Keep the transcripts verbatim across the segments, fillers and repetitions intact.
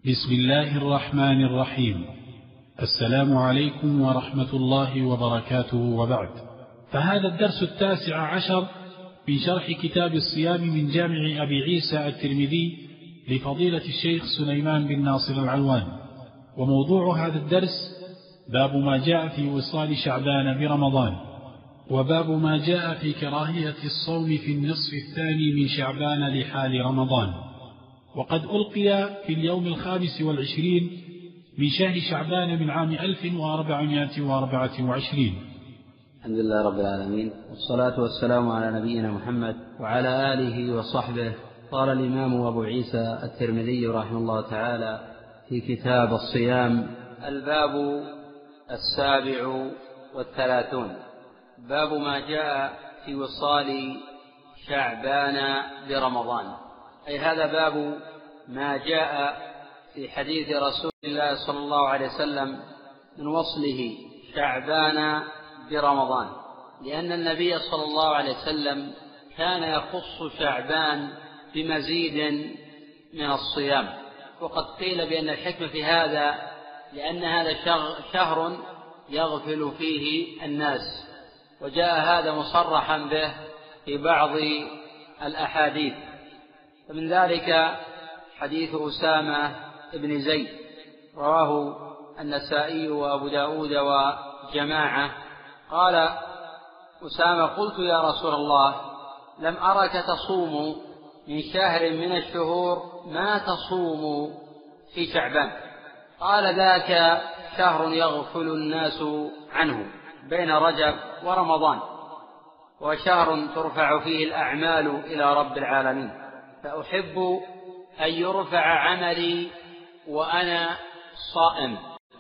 بسم الله الرحمن الرحيم. السلام عليكم ورحمة الله وبركاته، وبعد، فهذا الدرس التاسع عشر في شرح كتاب الصيام من جامع أبي عيسى الترمذي لفضيلة الشيخ سليمان بن ناصر العلوان. وموضوع هذا الدرس باب ما جاء في وصال شعبان برمضان، وباب ما جاء في كراهية الصوم في النصف الثاني من شعبان لحال رمضان. وقد ألقي في اليوم الخامس والعشرين من شهر شعبان من عام ألف وأربعمائة وأربعة وعشرين. الحمد لله رب العالمين، والصلاة والسلام على نبينا محمد وعلى آله وصحبه. قال الإمام أبو عيسى الترمذي رحمه الله تعالى في كتاب الصيام: الباب السابع والثلاثون، باب ما جاء في وصال شعبان برمضان، أي هذا باب ما جاء في حديث رسول الله صلى الله عليه وسلم من وصله شعبان برمضان، لأن النبي صلى الله عليه وسلم كان يخص شعبان بمزيد من الصيام. وقد قيل بأن الحكمة في هذا لأن هذا شهر يغفل فيه الناس، وجاء هذا مصرحا به في بعض الأحاديث. فمن ذلك حديث أسامة بن زيد رواه النسائي وأبو داود وجماعة. قال أسامة: قلت يا رسول الله، لم أرك تصوم من شهر من الشهور ما تصوم في شعبان. قال: ذاك شهر يغفل الناس عنه بين رجب ورمضان، وشهر ترفع فيه الأعمال إلى رب العالمين، فأحب أن يرفع عملي وأنا صائم.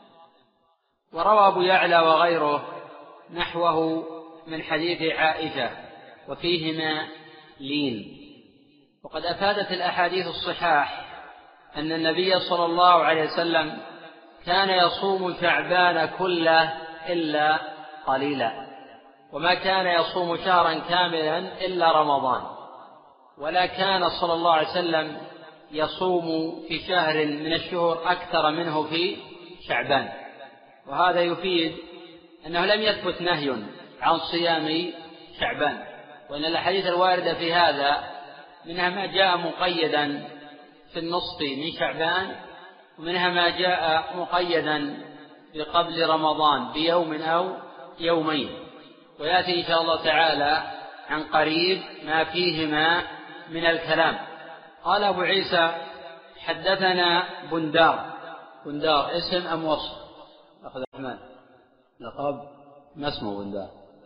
وروى أبو يعلى وغيره نحوه من حديث عائشة وفيهما لين. وقد أفادت الأحاديث الصحاح أن النبي صلى الله عليه وسلم كان يصوم شعبان كله إلا قليلا، وما كان يصوم شهرا كاملا إلا رمضان، ولا كان صلى الله عليه وسلم يصوم في شهر من الشهور أكثر منه في شعبان. وهذا يفيد أنه لم يثبت نهي عن صيام شعبان، وأن الأحاديث الواردة في هذا منها ما جاء مقيدا في النصف من شعبان، ومنها ما جاء مقيدا بقبل رمضان بيوم أو يومين، ويأتي إن شاء الله تعالى عن قريب ما فيهما من الكلام. قال أبو عيسى: حدثنا بندار. بندار اسم أم وصف؟ أخذ الرحمن لقب، ما اسمه بندار؟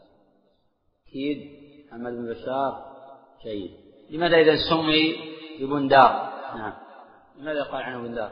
أكيد محمد بن بشار. جيد. لماذا إذا سمي ببندار؟ نعم، لماذا قال عنه بندار؟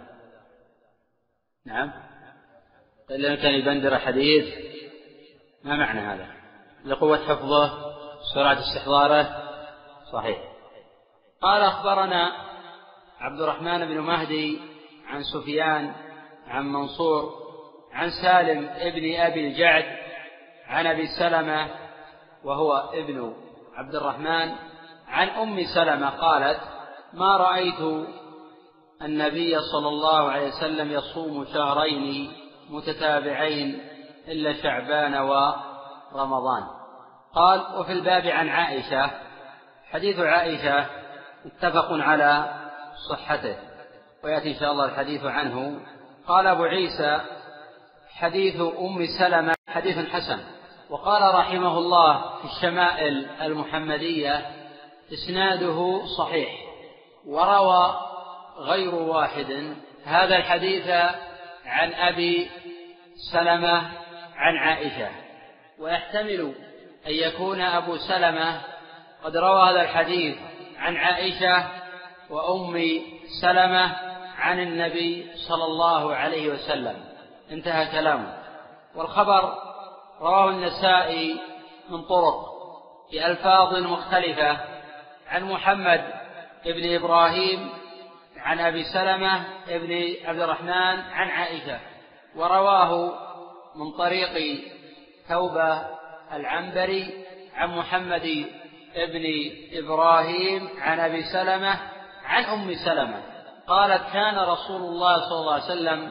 نعم، إلا كان يبندر حديث. ما معنى هذا؟ لقوة حفظه، سرعة استحضاره. صحيح. قال: أخبرنا عبد الرحمن بن مهدي عن سفيان عن منصور عن سالم ابن أبي الجعد عن أبي سلمة وهو ابن عبد الرحمن عن أم سلمة قالت: ما رأيت النبي صلى الله عليه وسلم يصوم شهرين متتابعين إلا شعبان ورمضان. قال: وفي الباب عن عائشة. حديث عائشة متفق على صحته، ويأتي إن شاء الله الحديث عنه. قال أبو عيسى: حديث أم سلمة حديث حسن. وقال رحمه الله في الشمائل المحمدية: إسناده صحيح. وروى غير واحد هذا الحديث عن أبي سلمة عن عائشة، ويحتمل أن يكون أبو سلمة قد روى هذا الحديث عن عائشة وأم سلمة عن النبي صلى الله عليه وسلم. انتهى كلامه. والخبر رواه النسائي من طرق بألفاظ مختلفة عن محمد ابن إبراهيم عن أبي سلمة ابن عبد الرحمن عن عائشة، ورواه من طريق توبة العنبري عن محمد ابن إبراهيم عن أبي سلمة عن أم سلمة. قالت كان رسول الله صلى الله عليه وسلم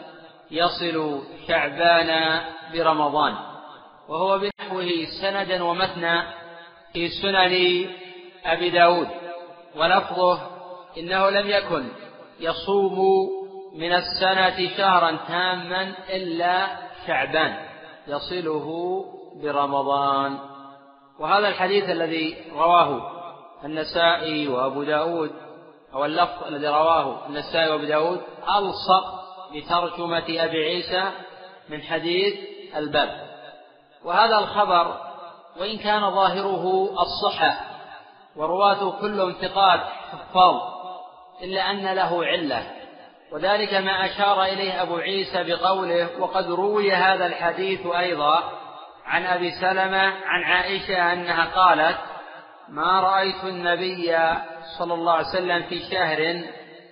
يصل شعبان برمضان، وهو بنحوه سندا ومتنا في سنن أبي داود، ولفظه إنه لم يكن يصوم من السنة شهرا تاما إلا شعبان يصله برمضان. وهذا الحديث الذي رواه النسائي وأبو داود، أو اللفظ الذي رواه النسائي وأبو داود، ألصق بترجمة أبي عيسى من حديث الباب. وهذا الخبر وإن كان ظاهره الصحة ورواته كلهم ثقات حفاظ، إلا أن له علة، وذلك ما أشار إليه أبو عيسى بقوله: وقد روي هذا الحديث أيضا عن أبي سلمة عن عائشة أنها قالت: ما رأيت النبي صلى الله عليه وسلم في شهر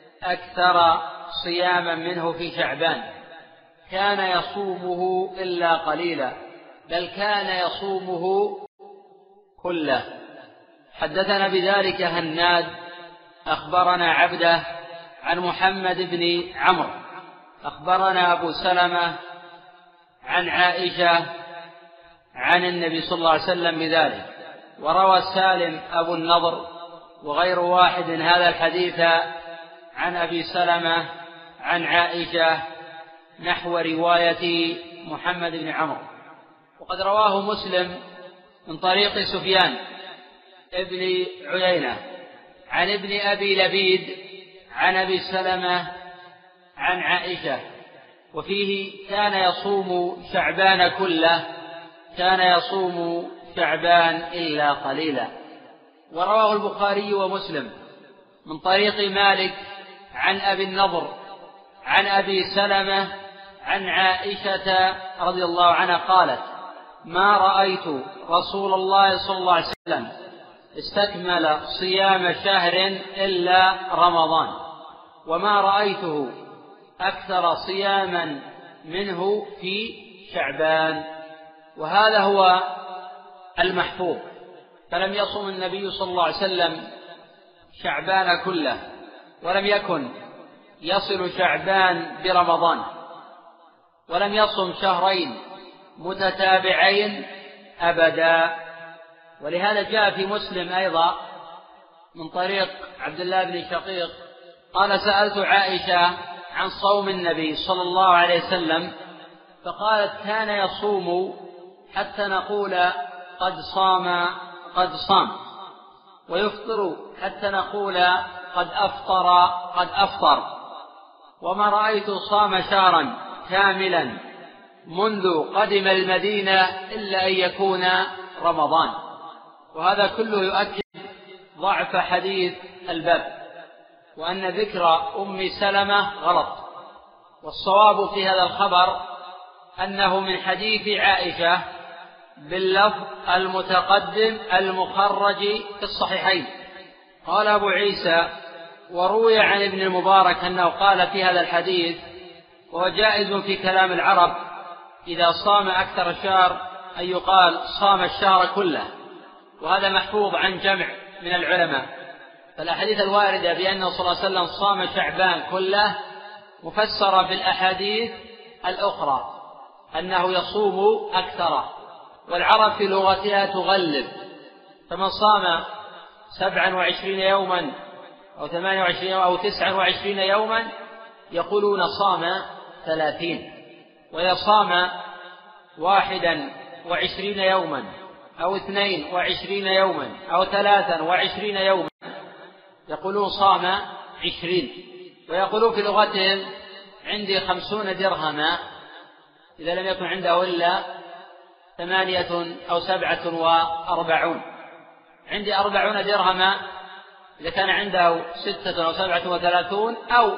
أكثر صياما منه في شعبان، كان يصومه إلا قليلا، بل كان يصومه كله. حدثنا بذلك هناد أخبرنا عبده عن محمد بن عمرو أخبرنا أبو سلمة عن عائشة عن النبي صلى الله عليه وسلم بذلك. وروى سالم أبو النضر وغير واحد هذا الحديث عن أبي سلمة عن عائشة نحو رواية محمد بن عمرو. وقد رواه مسلم من طريق سفيان ابن عيينة عن ابن أبي لبيد عن أبي سلمة عن عائشة، وفيه: كان يصوم شعبان كله، كان يصوم شعبان إلا قليلا. ورواه البخاري ومسلم من طريق مالك عن أبي النضر عن أبي سلمة عن عائشة رضي الله عنها قالت: ما رأيت رسول الله صلى الله عليه وسلم استكمل صيام شهر إلا رمضان، وما رأيته أكثر صياما منه في شعبان. وهذا هو المحفوظ، فلم يصم النبي صلى الله عليه وسلم شعبان كله، ولم يكن يصل شعبان برمضان، ولم يصم شهرين متتابعين أبدا. ولهذا جاء في مسلم أيضا من طريق عبد الله بن شقيق قال: سألت عائشة عن صوم النبي صلى الله عليه وسلم، فقالت: كان يصوم حتى نقول قد صام قد صام، ويفطر حتى نقول قد أفطر قد أفطر، وما رأيت صام شهرا كاملا منذ قدم المدينة إلا أن يكون رمضان. وهذا كله يؤكد ضعف حديث الباب، وأن ذكر أم سلمة غلط. والصواب في هذا الخبر أنه من حديث عائشة باللفظ المتقدم المخرج في الصحيحين. قال أبو عيسى: وروي عن ابن المبارك أنه قال في هذا الحديث: وهو جائز في كلام العرب إذا صام أكثر الشهر أن يقال صام الشهر كله، وهذا محفوظ عن جمع من العلماء. فالأحاديث الواردة بأنه صلى الله عليه وسلم صام شعبان كله مفسرة بالأحاديث الأخرى أنه يصوم أكثر. والعرب في لغتها تغلب، فمن صام سبعا وعشرين يوما أو ثمانية وعشرين أو تسعا وعشرين يوما يقولون صام ثلاثين، وإذا صام واحدا وعشرين يوما أو اثنين وعشرين يوما أو ثلاثا وعشرين يوما يقولون صام عشرين. ويقولون في لغتهم: عندي خمسون درهما إذا لم يكن عنده إلا ثمانية أو سبعة وأربعون، عندي أربعون درهما إذا كان عنده ستة أو سبعة وثلاثون أو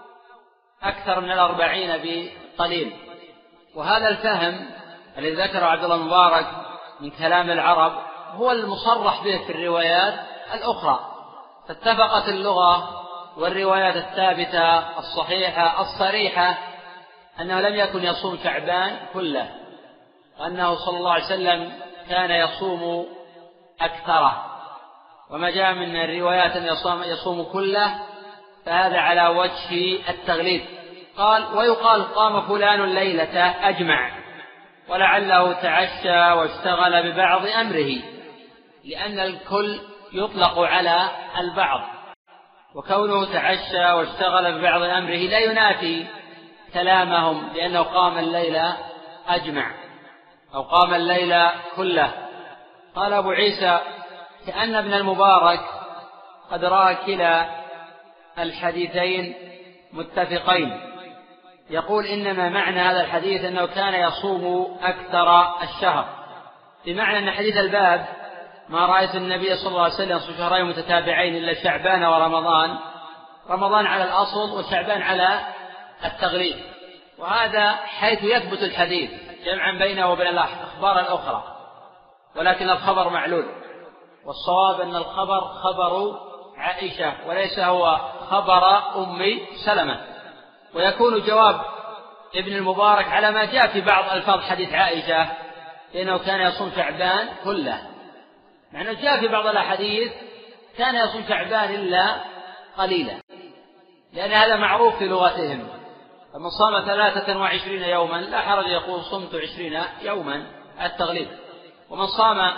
أكثر من الأربعين بقليل. وهذا الفهم الذي ذكره عبد الله المبارك من كلام العرب هو المصرح به في الروايات الأخرى، فاتفقت اللغة والروايات الثابتة الصحيحة الصريحة أنه لم يكن يصوم شعبان كله، وأنه صلى الله عليه وسلم كان يصوم أكثره. وما جاء من الروايات أن يصوم, يصوم كله فهذا على وجه التغليب. قال: ويقال قام فلان الليلة أجمع، ولعله تعشى واشتغل ببعض أمره، لأن الكل يطلق على البعض، وكونه تعشى واشتغل ببعض أمره لا ينافي كلامهم لأنه قام الليل أجمع أو قام الليل كله. قال أبو عيسى: كأن ابن المبارك قد رأى كلا الحديثين متفقين. يقول: إنما معنى هذا الحديث أنه كان يصوم أكثر الشهر، بمعنى أن حديث الباب ما رأيت النبي صلى الله عليه وسلم يصوم شهرين متتابعين إلا شعبان ورمضان، رمضان على الأصل وشعبان على التغليب، وهذا حيث يثبت الحديث جمعا بينه وبين الأخبار الأخرى، ولكن الخبر معلول، والصواب أن الخبر خبر عائشة وليس هو خبر أم سلمة. ويكون جواب ابن المبارك على ما جاء في بعض ألفاظ حديث عائشة لأنه كان يصوم شعبان كله، مع أنه جاء في بعض الأحاديث كان يصوم شعبان إلا قليلا، لأن هذا معروف في لغتهم. فمن صام ثلاثة وعشرين يوما لا حرج يقول صمت عشرين يوما التغليب، ومن صام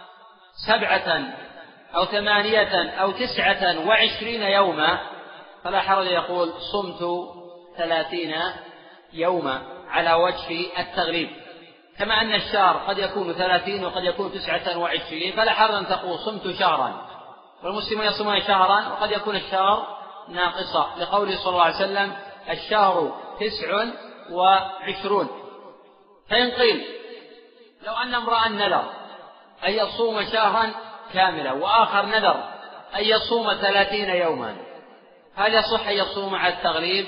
سبعة أو ثمانية أو تسعة وعشرين يوما فلا حرج يقول صمت ثلاثين يوما على وجه التغليب. كما أن الشهر قد يكون ثلاثين وقد يكون تسعة وعشرين فلا حرج أن تقول صمت شهرا، والمسلمون يصومون شهرا وقد يكون الشهر ناقصا، لقوله صلى الله عليه وسلم: الشهر تسع وعشرون. فإن قيل لو أن امرأ نذر أن يصوم شهرا كاملا وآخر نذر أن يصوم ثلاثين يوما، هل يصح أن يصوم على التغليب؟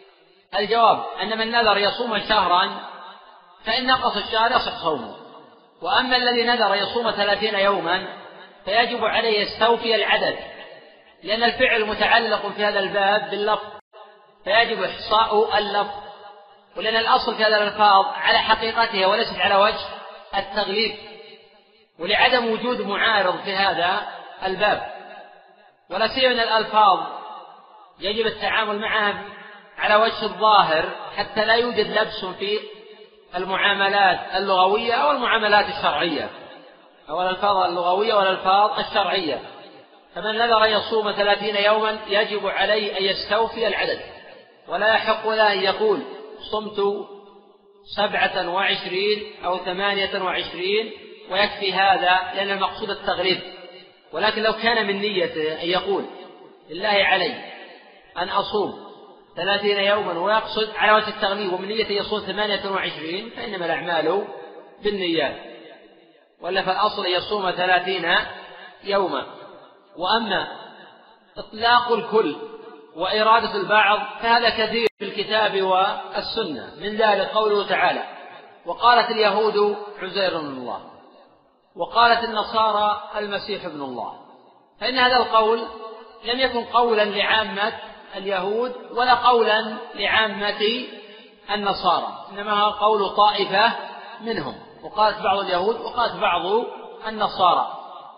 الجواب أن من نذر يصوم شهرا فإن نقص الشهر يصح صومه، وأما الذي نذر يصوم ثلاثين يوما فيجب عليه يستوفي العدد، لأن الفعل متعلق في هذا الباب باللفظ فيجب إحصاء اللفظ، ولأن الأصل في هذا الألفاظ على حقيقتها وليست على وجه التغليب، ولعدم وجود معارض في هذا الباب، ولا سيما أن الألفاظ يجب التعامل معها على وجه الظاهر حتى لا يوجد لبس في المعاملات اللغوية أو المعاملات الشرعية، أو الألفاظ اللغوية والألفاظ الشرعية. فمن نذر أن يصوم ثلاثين يوما يجب عليه أن يستوفي العدد، ولا يحق له أن يقول صمت سبعة وعشرين أو ثمانية وعشرين ويكفي هذا، لأن المقصود التغليب. ولكن لو كان من نيته أن يقول لله علي أن أصوم ثلاثين يوما ويقصد على وجه التغليب ومن نيته يصوم ثمانية وعشرين فإنما الأعمال بالنيات، ولا فالأصل يصوم ثلاثين يوما. وأما إطلاق الكل وإرادة البعض فهذا كثير في الكتاب والسنة، من ذلك قوله تعالى: وقالت اليهود عزير ابن الله، وقالت النصارى المسيح ابن الله. فإن هذا القول لم يكن قولا لعامة اليهود ولا قولا لعامة النصارى، إنما هو قول طائفة منهم، وقالت بعض اليهود وقالت بعض النصارى.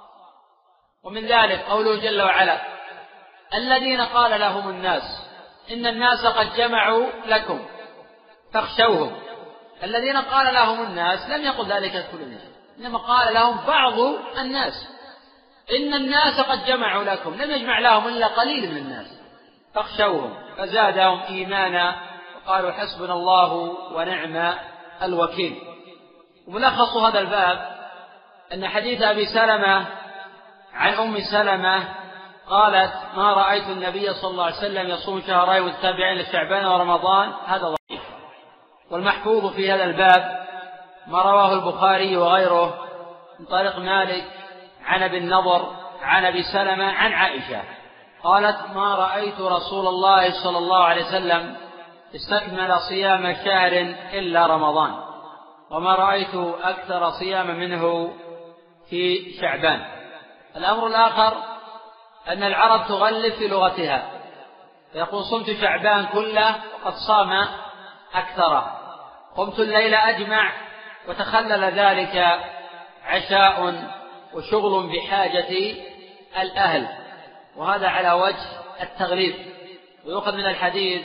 ومن ذلك قوله جل وعلا: الذين قال لهم الناس إن الناس قد جمعوا لكم فاخشوهم. الذين قال لهم الناس لم يقل ذلك كل الناس، إنما قال لهم بعض الناس. إن الناس قد جمعوا لكم، لم يجمع لهم إلا قليل من الناس، فاخشوهم فزادهم إيمانا وقالوا حسبنا الله ونعم الوكيل. وملخص هذا الباب أن حديث أبي سلمة عن أم سلمة قالت: ما رأيت النبي صلى الله عليه وسلم يصوم شهرين متتابعين لشعبان ورمضان، هذا ضعيف. والمحفوظ في هذا الباب ما رواه البخاري وغيره من طريق مالك عن أبي النضر عن أبي سلمة عن عائشة قالت: ما رأيت رسول الله صلى الله عليه وسلم استكمل صيام شهر إلا رمضان، وما رأيت أكثر صيام منه في شعبان. الأمر الآخر أن العرب تغلف في لغتها، فيقول: صمت شعبان كله وقد صام أكثر، قمت الليل أجمع، وتخلل ذلك عشاء وشغل بحاجة الأهل، وهذا على وجه التغليب. ويؤخذ من الحديث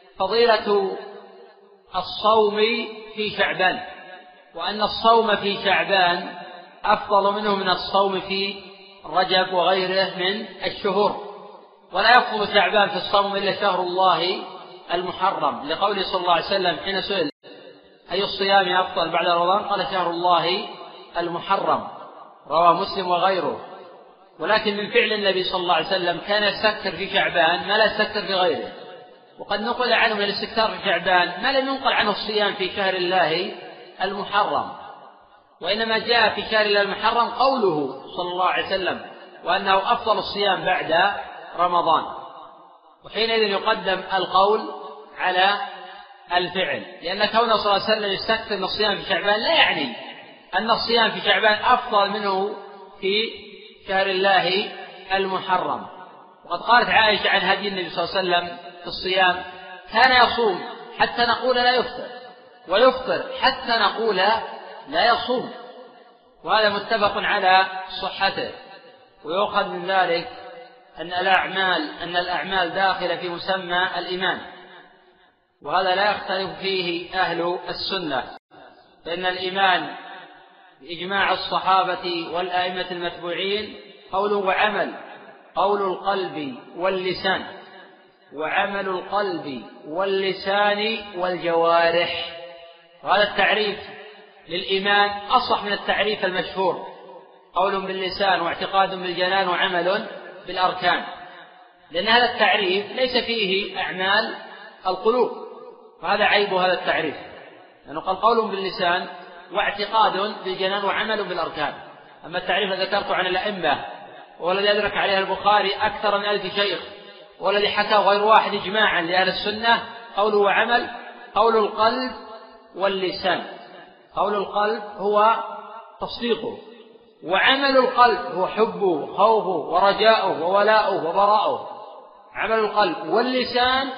فضيلة الصوم في شعبان، وأن الصوم في شعبان أفضل منه من الصوم في رجب وغيره من الشهور، ولا يفضل شعبان في الصوم إلا شهر الله المحرم، لقوله صلى الله عليه وسلم حين سئل أي الصيام أفضل بعد رمضان قال شهر الله المحرم، رواه مسلم وغيره. ولكن من فعل النبي صلى الله عليه وسلم كان يستكثر في شعبان ما لا يستكثر في غيره، وقد نقل عنه من الاستكثار في شعبان ما لم ينقل عنه الصيام في شهر الله المحرم، وإنما جاء في شهر الله المحرم قوله صلى الله عليه وسلم وأنه أفضل الصيام بعد رمضان، وحينئذ يقدم القول على الفعل، لأن كونه صلى الله عليه وسلم يستكثر من الصيام في شعبان لا يعني أن الصيام في شعبان أفضل منه في شهر الله المحرم. وقد قالت عائشة عن هدي النبي صلى الله عليه وسلم في الصيام كان يصوم حتى نقول لا يفطر، ويفطر حتى نقول لا يصوم، وهذا متفق على صحته. ويؤخذ من ذلك أن الأعمال أن الأعمال داخلة في مسمى الإيمان، وهذا لا يختلف فيه أهل السنة، فإن الإيمان بإجماع الصحابة والأئمة المتبوعين قول وعمل، قول القلب واللسان، وعمل القلب واللسان والجوارح. وهذا التعريف للإيمان أصح من التعريف المشهور قول باللسان واعتقاد بالجنان وعمل بالأركان، لأن هذا التعريف ليس فيه أعمال القلوب، وهذا عيب هذا التعريف، لأنه قال قول باللسان واعتقاد بالجنان وعمل بالأركان. أما التعريف الذي ذكرته عن الأئمة والذي أدرك عليه البخاري أكثر من ألف شيخ والذي حكى غير واحد إجماعا لأهل السنة قول وعمل، قول القلب واللسان. قول القلب هو تصديقه، وعمل القلب هو حبه وخوفه ورجاؤه وولاؤه وبراؤه، عمل القلب واللسان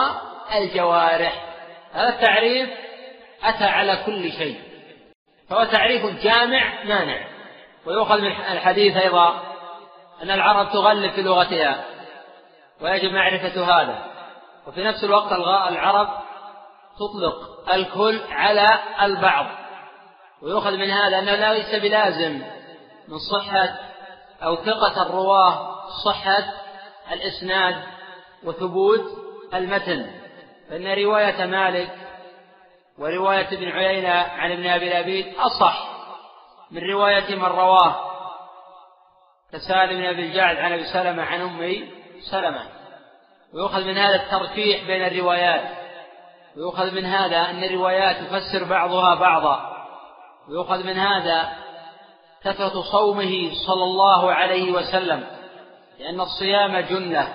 والجوارح. هذا التعريف أتى على كل شيء، فهو تعريف جامع مانع. ويؤخذ من الحديث أيضا أن العرب تغلب في لغتها ويجب معرفة هذا، وفي نفس الوقت العرب تطلق الكل على البعض. ويؤخذ من هذا أنه لا ليس بلازم من صحة أو ثقة الرواه صحة الإسناد وثبوت المتن، فإن رواية مالك ورواية ابن عيينة عن ابن أبي لبيد أصح من رواية من رواه كسالم بن أبي الجعد عن أبي سلمة عن أم سلمة. ويؤخذ من هذا الترجيح بين الروايات، ويؤخذ من هذا أن الروايات تفسر بعضها بعضا، ويؤخذ من هذا كثرة صومه صلى الله عليه وسلم، لأن الصيام جنة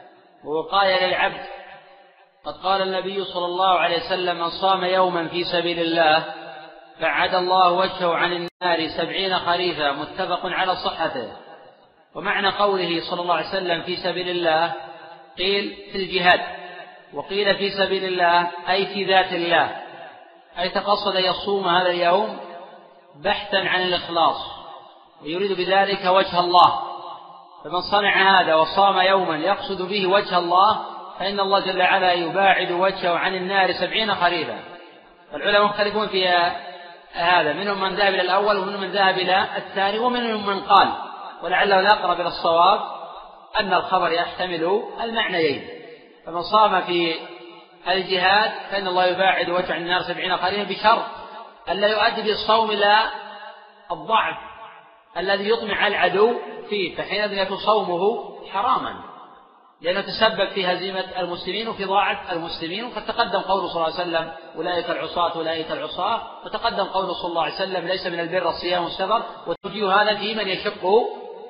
ووقاية للعبد. قد قال النبي صلى الله عليه وسلم من صام يوما في سبيل الله بعد الله وجهه عن النار سبعين خريفا، متفق على صحته. ومعنى قوله صلى الله عليه وسلم في سبيل الله قيل في الجهاد، وقيل في سبيل الله أي في ذات الله، أي تقصد يصوم هذا اليوم بحثا عن الإخلاص ويريد بذلك وجه الله. فمن صنع هذا وصام يوما يقصد به وجه الله فإن الله جل وعلا يباعد وجهه عن النار سبعين خريفا. العلماء مختلفون في هذا، منهم من ذهب إلى الأول ومنهم من ذهب إلى الثاني، ومنهم من قال ولعله الأقرب إلى الصواب أن الخبر يحتمل المعنيين. فمن صام في الجهاد فإن الله يباعد وجهه عن النار سبعين خريفا، بشرط ألا يؤدي بالصوم إلى الضعف الذي يطمع العدو فيه، فحينئذ يكون صومه حراما لأنه تسبب في هزيمة المسلمين وفي ضاعف المسلمين. وقد تقدم قوله صلى الله عليه وسلم أولئك العصاة أولئك العصاة، وتقدم قوله صلى الله عليه وسلم ليس من البر الصيام والسفر، وتوجيه هذا في من يشق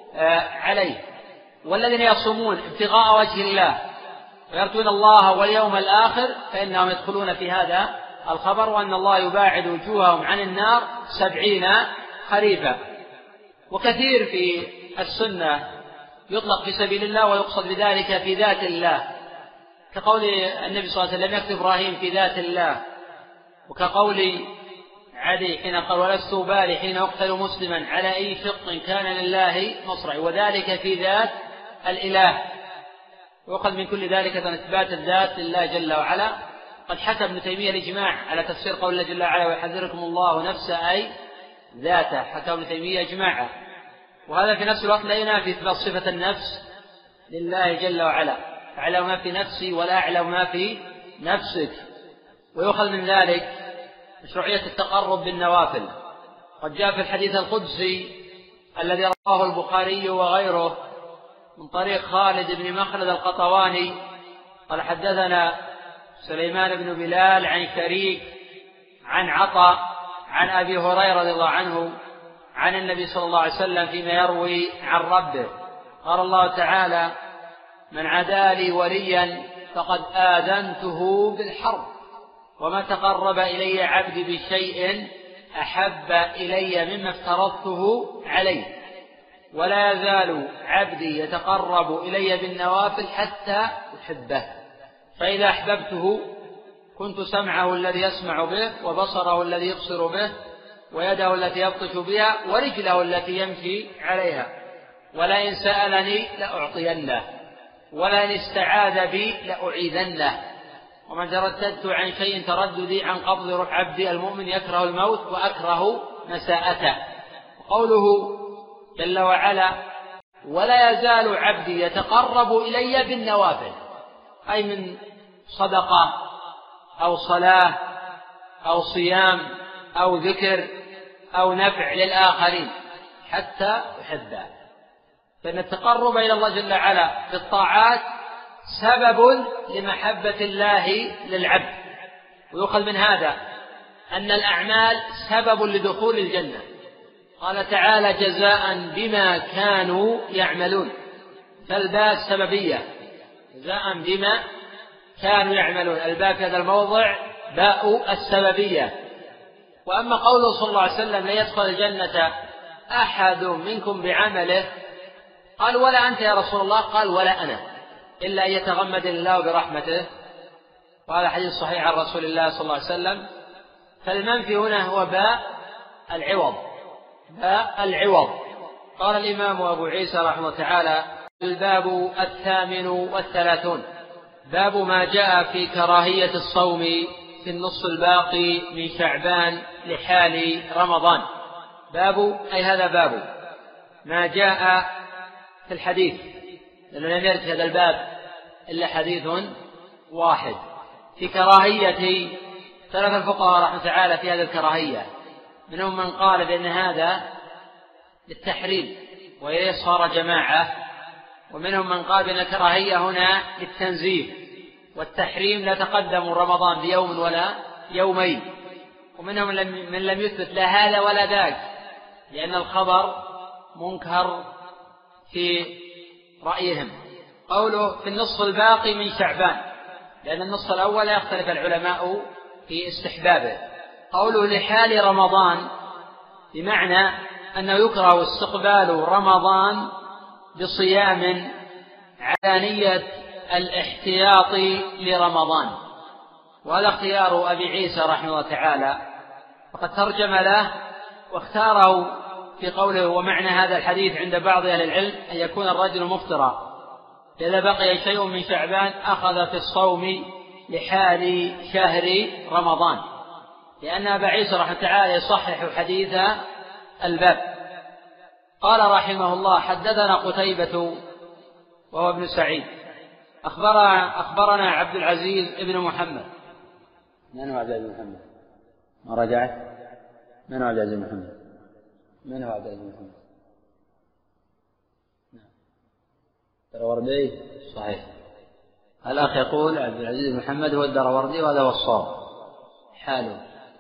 عليه. والذين يصومون ابتغاء وجه الله ويرجون الله واليوم الآخر فإنهم يدخلون في هذا الخبر، وأن الله يباعد وجوههم عن النار سبعين خريفا. وكثير في السنة يطلق في سبيل الله ويقصد بذلك في ذات الله، كقول النبي صلى الله عليه وسلم يكتب إبراهيم في ذات الله، وكقول عدي حين قال ولست أبالي حين أقتل مسلما على أي شق كان لله مصرعي، وذلك في ذات الإله. ويؤخذ من كل ذلك أن إثبات الذات لله جل وعلا. قد حكى ابن تيمية الإجماع على تفسير قول الله جل وعلا ويحذركم الله نفسه أي ذاته، حكى ابن تيمية إجماعا، وهذا في نفس الوقت لا ينافي إثبات صفة النفس لله جل وعلا، أعلم ما في نفسي ولا أعلم ما في نفسك. ويؤخذ من ذلك مشروعية التقرب بالنوافل. قد جاء في الحديث القدسي الذي رواه البخاري وغيره من طريق خالد بن مخلد القطواني قال حدثنا سليمان بن بلال عن شريك عن عطاء عن أبي هريرة رضي الله عنه عن النبي صلى الله عليه وسلم فيما يروي عن ربه قال الله تعالى من عادى لي وليا فقد آذنته بالحرب وما تقرب إلي عبدي بشيء أحب إلي مما افترضته عليه ولا يزال عبدي يتقرب إلي بالنوافل حتى أحبه فإذا أحببته كنت سمعه الذي يسمع به وبصره الذي يبصر به ويده التي يبطش بها ورجله التي يمشي عليها ولئن سألني لأعطينه ولئن استعاذ بي لأعيذنه ومن ترددت عن شيء ترددي عن قبض روح عبدي المؤمن يكره الموت وأكره مساءته. قوله جل وعلا ولا يزال عبدي يتقرب إلي بالنوافل أي من صدقة أو صلاة أو صيام أو ذكر أو نفع للآخرين حتى أحبه. فإن التقرب إلى الله جل وعلا بالطاعات سبب لمحبة الله للعبد. ويؤخذ من هذا أن الأعمال سبب لدخول الجنة. قال تعالى جزاء بما كانوا يعملون فالباء السببية جزاء بما كانوا يعملون الباء في هذا الموضع باء السببية. وأما قوله صلى الله عليه وسلم لا يدخل الجنة أحد منكم بعمله قال ولا أنت يا رسول الله قال ولا أنا إلا أن يتغمد الله برحمته وهذا حديث صحيح عن رسول الله صلى الله عليه وسلم. فالمنفي هنا هو باء العوض باء العوض. قال الإمام أبو عيسى رحمه الله تعالى الباب الثامن والثلاثون باب ما جاء في كراهية الصوم في النصف الباقي من شعبان لحال رمضان. باب أي هذا باب ما جاء في الحديث لأنه لم يرد هذا الباب إلا حديث واحد في كراهية. ثلاث الفقهاء رحمه الله تعالى في هذه الكراهية منهم من قال بأن هذا للتحريم وإليه صار جماعة ومنهم من قال بأن الكراهية هنا للتنزيه والتحريم لا تقدم رمضان بيوم ولا يومين ومنهم من لم يثبت لا هذا ولا ذاك لأن الخبر منكر في رأيهم. قوله في النصف الباقي من شعبان لأن النصف الأول يختلف العلماء في استحبابه. قوله لحال رمضان بمعنى أنه يكره استقبال رمضان بصيام على نية الاحتياط لرمضان وهذا اختيار أبي عيسى رحمه الله تعالى وقد ترجم له واختاره في قوله ومعنى هذا الحديث عند بعض أهل العلم أن يكون الرجل مفطرا إذا بقي شيء من شعبان أخذ في الصوم لحال شهر رمضان لأن أبا عيسى رحمه تعالى يصحح حديث الباب. قال رحمه الله حدثنا قتيبة وهو ابن سعيد أخبرنا, أخبرنا عبد العزيز ابن محمد. من هو عبد العزيز بن محمد؟ ما رجعت؟ من هو عبد العزيز بن محمد؟ من هو عبد العزيز بن محمد؟ الدروردي صحيح. الأخ يقول عبد العزيز بن محمد هو الدروردي وهذا هو الصواب حاله.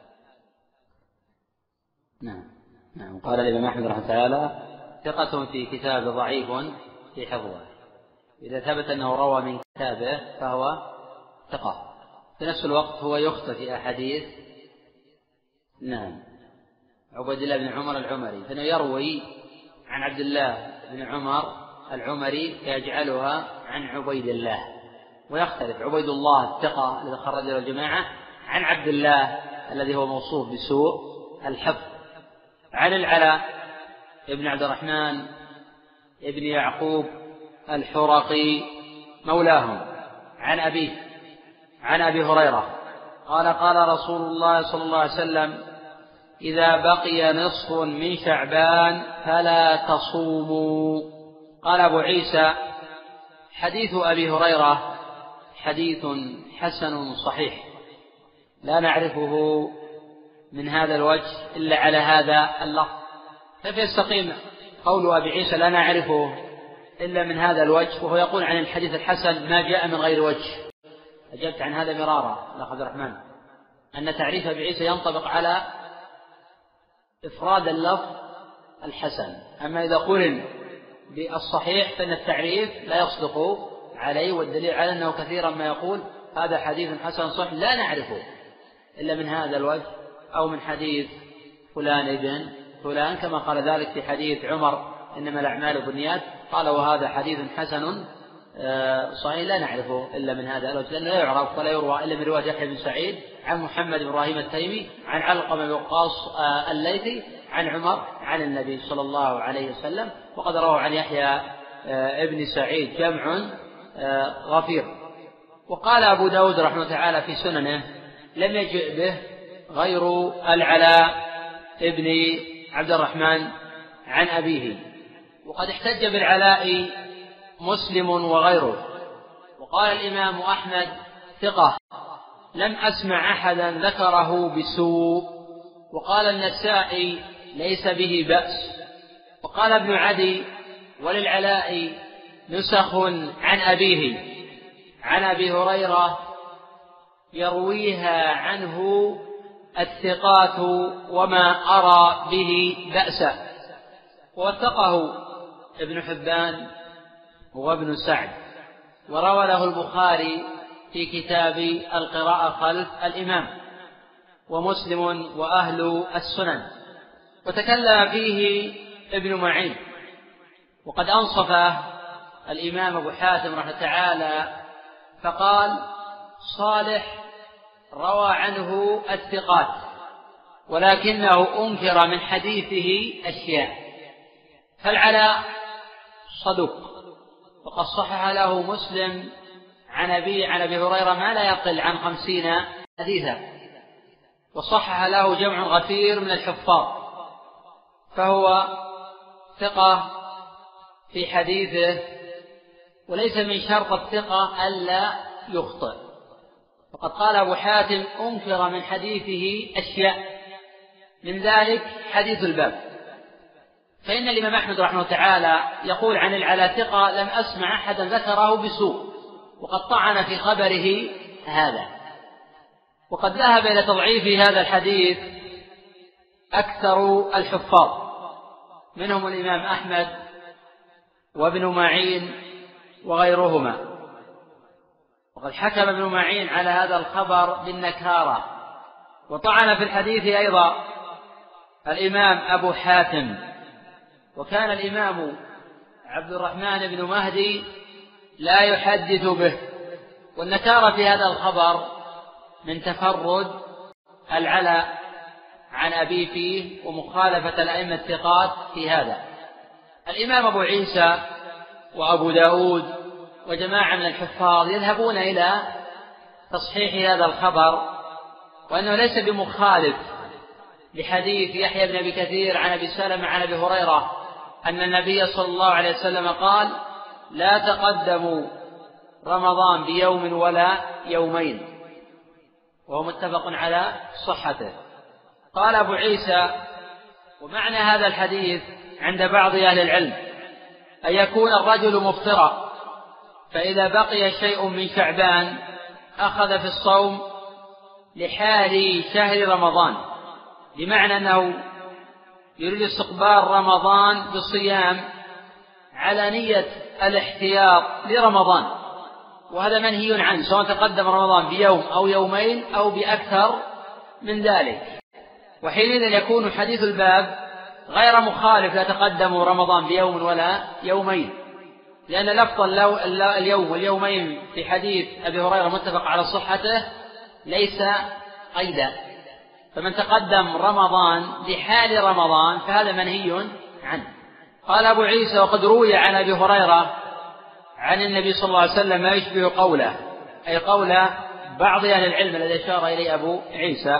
نعم نعم. قال الإمام أحمد رحمه تعالى ثقة في كتاب ضعيف في حفظه إذا ثبت أنه روى من كتابه فهو ثقة. في نفس الوقت هو يخطئ في أحاديث نعم عبد الله بن عمر العمري فإنه يروي عن عبد الله بن عمر العمري يجعلها عن عبيد الله ويختلف عبيد الله الثقة الذي خرج له الجماعة عن عبد الله الذي هو موصوف بسوء الحفظ. عن العلاء ابن عبد الرحمن ابن يعقوب الحرقي مولاهم عن أبيه عن أبي هريرة قال قال رسول الله صلى الله عليه وسلم: إذا بقي نصف من شعبان فلا تصوموا. قال أبو عيسى: حديث أبي هريرة حديث حسن صحيح، لا نعرفه من هذا الوجه إلا على هذا اللفظ. كيف يستقيم قول أبي عيسى لا نعرفه إلا من هذا الوجه وهو يقول عن الحديث الحسن ما جاء من غير وجه؟ أجبت عن هذا مرارا الأخ عبد الرحمن أن تعريف أبي عيسى ينطبق على إفراد اللفظ الحسن، أما إذا قرن بالصحيح فإن التعريف لا يصدق عليه، والدليل على أنه كثيرا ما يقول هذا حديث حسن صحيح لا نعرفه إلا من هذا الوجه أو من حديث فلان ابن فلان، كما قال ذلك في حديث عمر إنما الأعمال بالنيات، قال وهذا حديث حسن صحيح لا نعرفه إلا من هذا الوجه، لأنه لا يعرف ولا يروى إلا من رواية يحيى بن سعيد عن محمد بن إبراهيم التيمي عن علقمة بن وقاص الليثي عن عمر عن النبي صلى الله عليه وسلم، وقد رواه عن يحيى ابن سعيد جمع غفير. وقال أبو داود رحمه الله تعالى في سننه: لم يجئ به غير العلاء ابن عبد الرحمن عن أبيه، وقد احتج بالعلاء مسلم وغيره. وقال الإمام أحمد: ثقة، لم أسمع أحدا ذكره بسوء. وقال النسائي: ليس به بأس. وقال ابن عدي: وللعلاء نسخ عن أبيه عن أبي هريرة يرويها عنه الثقات وما أرى به بأسا. ووثقه ابن حبان وابن سعد، وروى له البخاري في كتاب القراءة خلف الإمام، ومسلم وأهل السنن. وتكلم فيه ابن معين، وقد أنصف الإمام أبو حاتم رحمه تعالى فقال: صالح روى عنه الثقات ولكنه أنكر من حديثه أشياء، فالعلاء صدوق، وقد صحح له مسلم عن أبي عن أبي هريرة ما لا يقل عن خمسين حديثا، وصحح له جمع غفير من الحفاظ، فهو ثقة في حديثه، وليس من شرط الثقة ألا يخطئ. وقد قال أبو حاتم: أنكر من حديثه أشياء، من ذلك حديث الباب. فإن الإمام أحمد رحمه تعالى يقول عن العلاء ثقة لم أسمع أحدا ذكره بسوء، وقد طعن في خبره هذا. وقد ذهب إلى تضعيف هذا الحديث أكثر الحفاظ، منهم الإمام أحمد وابن معين وغيرهما. وقد حكم ابن معين على هذا الخبر بالنكارة. وطعن في الحديث أيضا الإمام أبو حاتم. وكان الإمام عبد الرحمن بن مهدي لا يحدث به. والنكارة في هذا الخبر من تفرد العلاء عن أبي فيه ومخالفة الأئمة الثقات في هذا. الإمام أبو عيسى وأبو داود وجماعة من الحفاظ يذهبون إلى تصحيح هذا الخبر، وأنه ليس بمخالف لحديث يحيى بن أبي كثير عن أبي سلمة عن أبي هريرة أن النبي صلى الله عليه وسلم قال: لا تقدموا رمضان بيوم ولا يومين، وهو متفق على صحته. قال أبو عيسى: ومعنى هذا الحديث عند بعض أهل العلم أن يكون الرجل مفطرا، فإذا بقي شيء من شعبان أخذ في الصوم لحال شهر رمضان، بمعنى أنه يريد استقبال رمضان بالصيام على نية الاحتياط لرمضان، وهذا منهي عنه، سواء تقدم رمضان بيوم أو يومين أو بأكثر من ذلك. وحينئذ يكون حديث الباب غير مخالف: لا تقدموا رمضان بيوم ولا يومين، لأن لفظ اليوم واليومين في حديث أبي هريرة متفق على صحته ليس قيدا، فمن تقدم رمضان لحال رمضان فهذا منهي عنه. قال أبو عيسى: وقد روي عن أبي هريرة عن النبي صلى الله عليه وسلم ما يشبه قوله، أي قول بعض أهل العلم الذي أشار إليه أبو عيسى،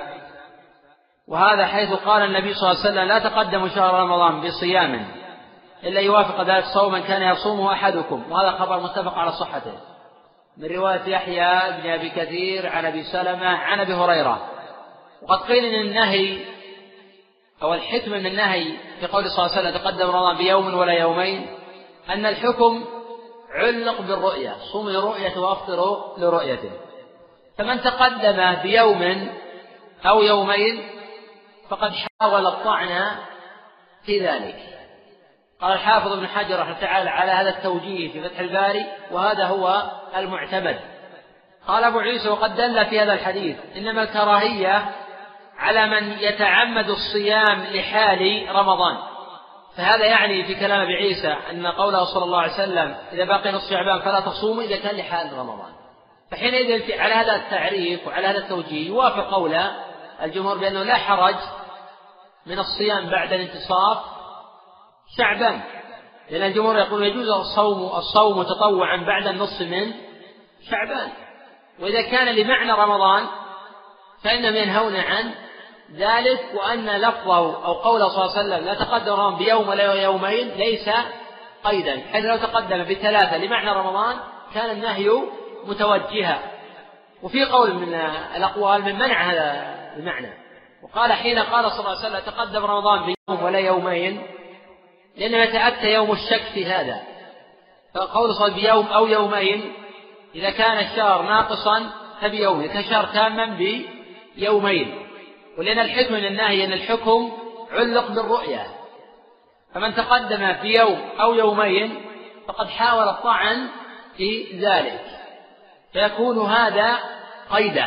وهذا حيث قال النبي صلى الله عليه وسلم لا تقدموا شهر رمضان بصيام إلا يوافق ذلك صوما كان يصومه أحدكم، وهذا خبر متفق على صحته من رواية يحيى بن أبي كثير عن أبي سلمة عن أبي هريرة. وقد قيل إن النهي أو الحكمة من النهي في قول صلى الله عليه وسلم تقدم رمضان بيوم ولا يومين أن الحكم علق بالرؤية، صوموا لرؤيته وأفطروا لرؤيته، فمن تقدم بيوم أو يومين فقد حاول الطعن في ذلك. قال الحافظ ابن حجر رحمه الله تعالى على هذا التوجيه في فتح الباري، وهذا هو المعتمد. قال أبو عيسى وقد دل في هذا الحديث إنما الكراهية على من يتعمد الصيام لحال رمضان، فهذا يعني في كلام أبي عيسى أن قوله صلى الله عليه وسلم إذا باقي نصف شعبان فلا تصوموا إذا كان لحال رمضان، فحينئذ على هذا التعريف وعلى هذا التوجيه يوافق قول الجمهور بأنه لا حرج من الصيام بعد الانتصاف شعبان، لأن الجمهور يقول يجوز الصوم الصوم تطوعا بعد النصف من شعبان، وإذا كان لمعنى رمضان فإنهم ينهون عن ذلك، وأن لفظه أو قوله صلى الله عليه وسلم لا تقدم رمضان بيوم ولا يومين ليس قيدا، حيث لو تقدم بثلاثة لمعنى رمضان كان النهي متوجها. وفي قول من الأقوال من منع هذا المعنى، وقال حين قال صلى الله عليه وسلم تقدم رمضان بيوم ولا يومين لأنه يتأتى يوم الشك في هذا، فقول صلى بيوم أو يومين إذا كان الشهر ناقصا فبيوم، إذا كان الشهر تاما بيومين، ولأن الحكم من النهي أن الحكم علق بالرؤية، فمن تقدم في يوم أو يومين فقد حاول الطعن في ذلك، فيكون هذا قيدا.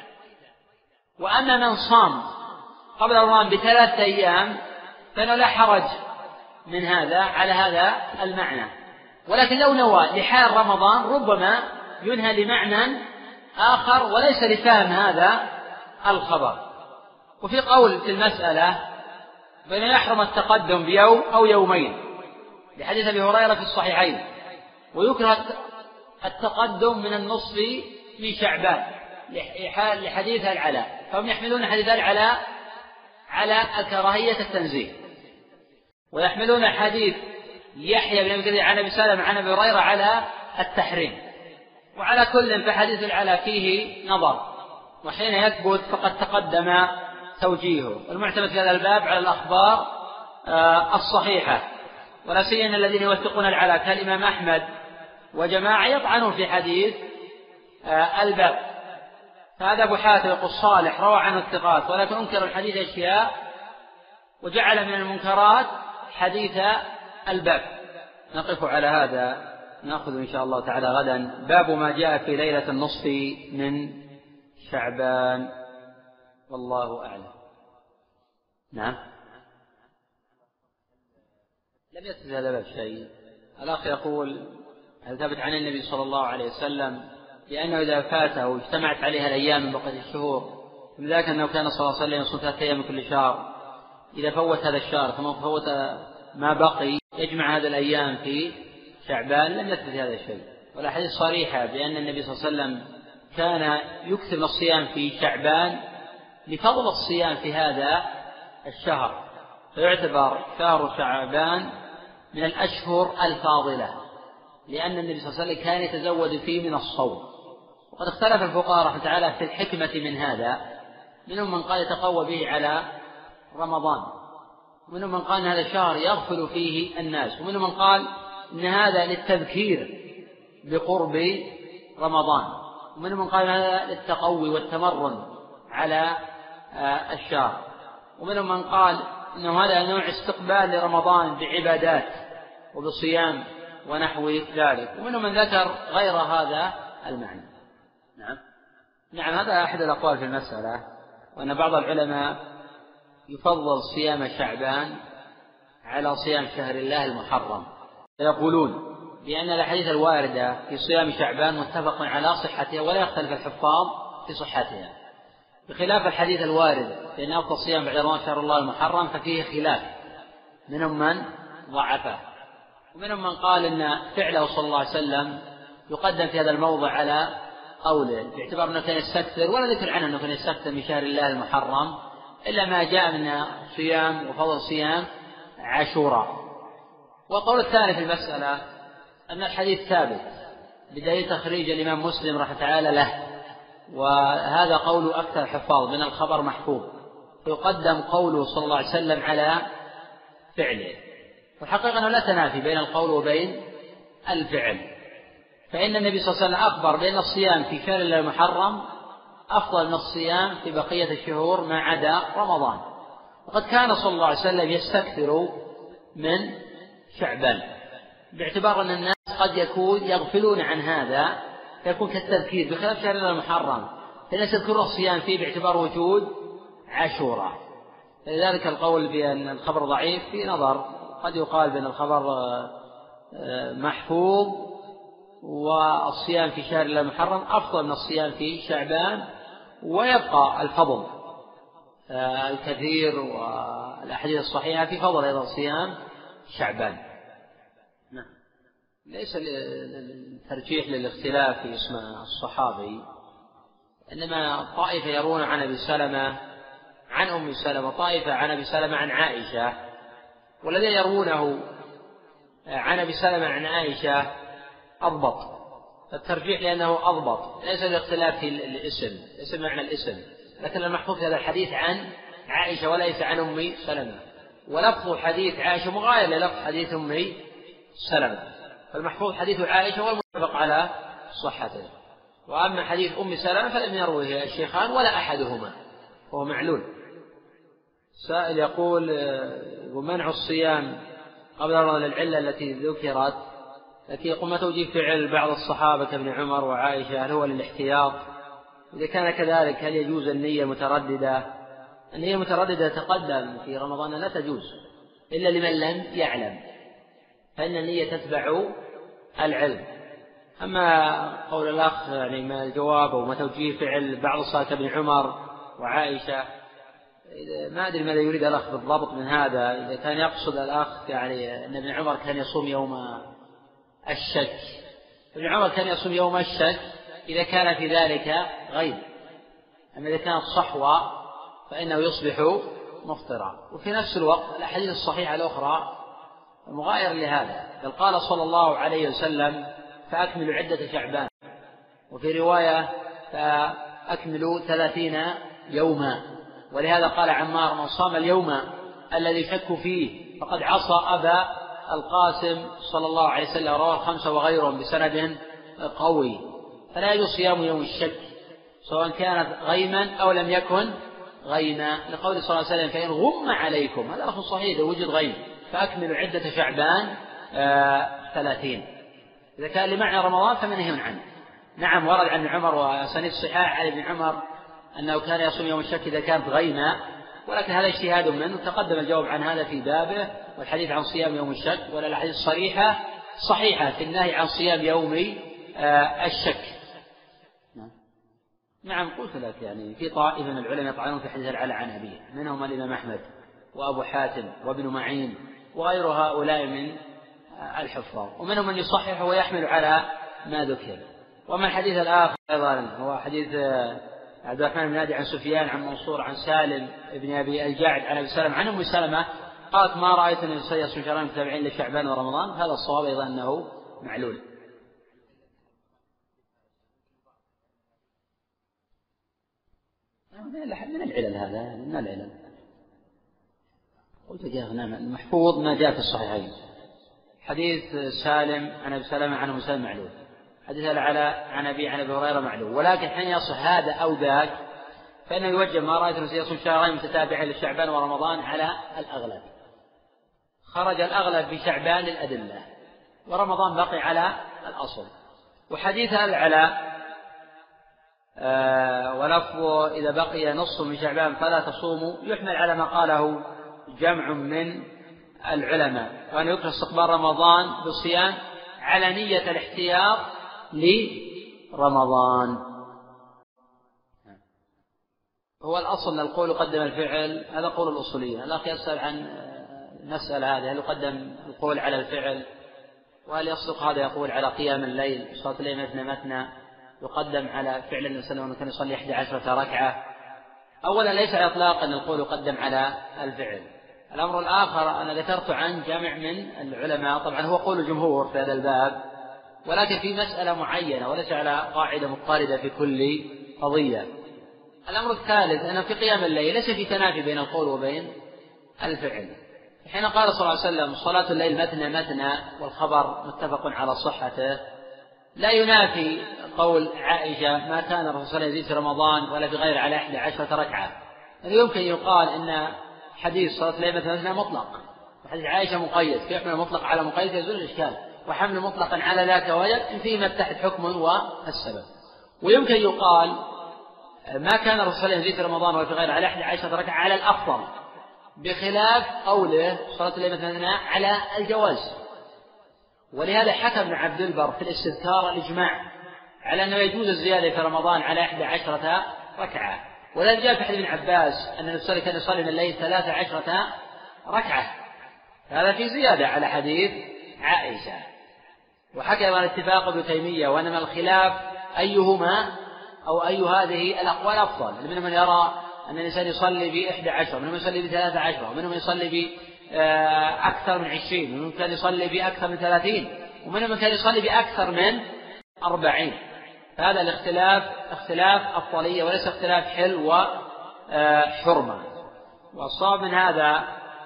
وأما من صام قبل رمضان بثلاثة أيام فإنه لا حرج من هذا على هذا المعنى، ولكن لو نوى لحال رمضان ربما ينهى لمعنى آخر وليس لفهم هذا الخبر. وفي قول في المسألة بأن يحرم التقدم بيوم أو يومين لحديث أبي هريرة في الصحيحين، ويكره التقدم من النصف من شعبان لحديث العلاء، فهم يحملون حديث العلاء على الكراهية التنزيه، ويحملون حديث يحيى بن أبي كثير عن أبي سلمة عن أبي هريرة على التحريم. وعلى كل فحديث العلاء فيه نظر، وحين يثبت فقد تقدم توجيهه. المعتمد في هذا الباب على الأخبار الصحيحة، ولا سيما الذين يوثقون العلاء كالإمام أحمد وجماعة يطعنون في حديث الباب. فهذا أبو حاتم يقول صالح روى عنه الثقات ولكن أنكر الحديث أشياء، وجعل من المنكرات حديث الباب. نقف على هذا، نأخذ إن شاء الله تعالى غدا باب ما جاء في ليلة النصف من شعبان، والله أعلم. نعم، لم يثبت هذا الباب شيء. الأخ يقول هل ثبت عن النبي صلى الله عليه وسلم بأنه إذا فاته اجتمعت عليها الأيام من بقية الشهور، من ذلك أنه كان صلى الله عليه وسلم يصوم ثلاثة أيام من كل شهر، إذا فوت هذا الشهر ثم فوت ما بقي يجمع هذه الأيام في شعبان؟ لم يثبت هذا الشيء، والأحاديث صريحة بأن النبي صلى الله عليه وسلم كان يكثر من الصيام في شعبان لفضل الصيام في هذا الشهر، فيعتبر شهر شعبان من الأشهر الفاضلة، لأن النبي صلى الله عليه وسلم كان يتزود فيه من الصوم. وقد اختلف الفقهاء رحمه الله تعالى في الحكمة من هذا، منهم من قال يتقوى به على رمضان، ومنهم من قال أن هذا الشهر يغفل فيه الناس، ومنهم من قال إن هذا للتذكير بقرب رمضان، ومنهم من قال هذا للتقوي والتمرن على الشهر، ومنهم من قال إنه هذا نوع استقبال لرمضان بعبادات وبصيام ونحو ذلك، ومنهم من ذكر غير هذا المعنى. نعم نعم هذا أحد الأقوال في المسألة، وأن بعض العلماء يفضل صيام شعبان على صيام شهر الله المحرم، فيقولون بأن الأحاديث الواردة في صيام شعبان متفق على صحتها ولا يختلف الحفاظ في صحتها، بخلاف الحديث الوارد بأن أفضل صيام بعد رمضان شهر الله المحرم ففيه خلاف، منهم من ضعفه. ومنهم من قال إن فعله صلى الله عليه وسلم يقدم في هذا الموضع على قوله، باعتبار أنه كان يستكثر، ولا ذكر عنه أنه كان يستكثر من شهر الله المحرم إلا ما جاء من صيام وفضل صيام عاشوراء. والقول الثاني في المسألة أن الحديث ثابت بدليل تخريج الإمام مسلم رحمه تعالى له، وهذا قول أكثر الحفاظ من الخبر محفوظ، فيقدم قوله صلى الله عليه وسلم على فعله. والحقيقة أنه لا تنافي بين القول وبين الفعل، فإن النبي صلى الله عليه وسلم أخبر بأن الصيام في شهر الله المحرم أفضل من الصيام في بقية الشهور ما عدا رمضان. وقد كان صلى الله عليه وسلم يستكثر من شعبان، باعتبار أن الناس قد يكون يغفلون عن هذا، يكون كالتذكير، بخلاف شهر الله المحرم فالناس يذكرون الصيام فيه باعتبار وجود عاشوراء. فلذلك القول بأن الخبر ضعيف في نظر، قد يقال بأن الخبر محفوظ والصيام في شهر الله المحرم أفضل من الصيام في شعبان، ويبقى الفضل الكثير والأحاديث الصحيحة في فضل أيضا صيام شعبان. نعم. ليس الترجيح للاختلاف في اسم الصحابي، إنما طائفة يرون عن أبي سلمة عن أم سلمة، طائفة عن أبي سلمة عن عائشة، والذين يرونه عن أبي سلمة عن عائشة أضبط الترجيح لأنه أضبط، ليس الاختلاف في الاسم، اسم معنى الاسم، لكن المحفوظ في هذا الحديث عن عائشة وليس عن أم سلمة، ولفظ حديث عائشة مغاير للفظ حديث أم سلمة، فالمحفوظ حديث عائشة والمتفق على صحته. وأما حديث أم سلمة فلم يروه الشيخان ولا أحدهما، وهو معلول. سائل يقول ومنع الصيام قبل رمضان للعلة التي ذكرت، لكن يقول ما توجيه فعل بعض الصحابة كابن عمر وعائشة، هل هو للاحتياط؟ إذا كان كذلك هل يجوز النية مترددة؟ النية مترددة تقدم في رمضان لا تجوز إلا لمن لم يعلم، فإن النية تتبع العلم. أما قول الأخ يعني ما الجواب وما توجيه فعل بعض الصحابة كابن عمر وعائشة، ما أدري ماذا يريد الأخ بالضبط من هذا. إذا كان يقصد الأخ يعني أن ابن عمر كان يصوم يوم الشك، ابن عمر كان يصوم يوم الشك إذا كان في ذلك غيب، أما إذا كانت صحوة فإنه يصبح مفطرا. وفي نفس الوقت الأحاديث الصحيحة الأخرى مغاير لهذا، بل قال صلى الله عليه وسلم فأكملوا عدة شعبان، وفي رواية فأكملوا ثلاثين يوما، ولهذا قال عمار من صام اليوم الذي شك فيه فقد عصى أبا القاسم صلى الله عليه وسلم، رواه الخمسة وغيرهم بسند قوي. فلا يجوز صيام يوم الشك سواء كانت غيما أو لم يكن غيما، لقول صلى الله عليه وسلم فإن غم عليكم، هذا لفظ صحيح وجد غيم، فأكملوا عدة شعبان آه ثلاثين. إذا كان لمعنى رمضان فمنهي عنه. نعم ورد عن عمر وسند صحاح عن ابن عمر أنه كان يصوم يوم الشك إذا كانت غيمة، ولكن هذا اجتهاد منه، تقدم الجواب عن هذا في بابه، والحديث عن صيام يوم الشك ولا الحديث الصريحة صحيحة في النهي عن صيام يوم آه الشك. نعم قلت لك يعني في طائفة من العلماء يطعنون في حديث العلاء عن أبيه، منهم الإمام أحمد وأبو حاتم وابن معين وغير هؤلاء من الحفاظ، ومنهم من يصحح ويحمل على ما ذكر. وما الحديث الآخر أيضا هو حديث عبد الرحمن بن نادي عن سفيان عن منصور عن سالم ابن أبي الجعد عن أبي سلمة عن أم سلمة قالت ما رأيت النبي صلى الله عليه وسلم شهرين متابعين لشعبان ورمضان. هذا الصواب أيضا أنه معلول. من العلل هذا من العلل قلت جاء نعم المحفوظ ما جاء في الصحيحين، حديث سالم عن أبي سلمة عن أم سلمة معلول، حديث العلاء عن أبي عن أبي هريرة معلول، ولكن حين يصح هذا أو ذاك فإنه يوجه ما رأيت النبي يصوم شهرين متتابعين لشعبان ورمضان على الأغلب. خرج الأغلب في شعبان للأدلة، ورمضان بقي على الأصل. وحديث العلاء آه ولفظ إذا بقي نصف من شعبان فلا تصوموا يحمل على ما قاله جمع من العلماء، وأن يكره استقبال رمضان بالصيام على نية الاحتياط لرمضان. هو الأصل أن القول يقدم الفعل، هذا قول الأصولية. الأخ يسأل عن المسألة هذه هل يقدم القول على الفعل وهل يصدق هذا يقول على قيام الليل صلاة الليل مثنى مثنى يقدم على فعل النبي صلى الله عليه وسلم كان يصلي إحدى عشرة ركعة؟ أولا ليس على إطلاق أن القول يقدم على الفعل. الأمر الآخر أنا ذكرت عن جمع من العلماء، طبعا هو قول الجمهور في هذا الباب، ولكن في مسألة معينة وليس على قاعدة مضطردة في كل قضية. الأمر الثالث أن في قيام الليل ليس في تنافي بين القول وبين الفعل. حين قال صلى الله عليه وسلم صلاة الليل مثنى مثنى والخبر متفق على صحته، لا ينافي قول عائشة ما كان الرسول صلى الله عليه وسلم يزيد في رمضان ولا في غيره على إحدى عشرة ركعة. يعني يمكن يقال إن حديث صلاة الليل مثنى مثنى مطلق، وحديث عائشة مقيد، كيف يحمل مطلق على مقيد يزول الإشكال، وحمل مطلقا على ذاك وجد إن فيما تحت حكم والسبب. ويمكن يقال ما كان الرسول صلى الله عليه وسلم يزيد في رمضان ولا في غيره على إحدى عشرة ركعة على الأفضل، بخلاف قوله صلاة الليل مثنى مثنى على الجواز. ولهذا حكم ابن عبد البر في الاستذكار الإجماع على أنه يجوز الزيادة في رمضان على إحدى عشرة ركعة. ولا جاء في حديث ابن عباس أن النبي كان يصلي من الليل ثلاث عشرة ركعة، هذا في زيادة على حديث عائشة. وحكى عن اتفاق ابن تيمية وأنما الخلاف أيهما أو أي هذه الأقوال أفضل. منهم من يرى أن الإنسان يصلي بإحدى عشر، منهم يصلي بثلاثة عشر، ومنهم يصلي بأكثر من عشرين، ومنهم كان يصلي بأكثر من ثلاثين، ومنهم كان يصلي بأكثر من أربعين. هذا الاختلاف اختلاف أفضلية وليس اختلاف حل وحرمة. والصواب من هذا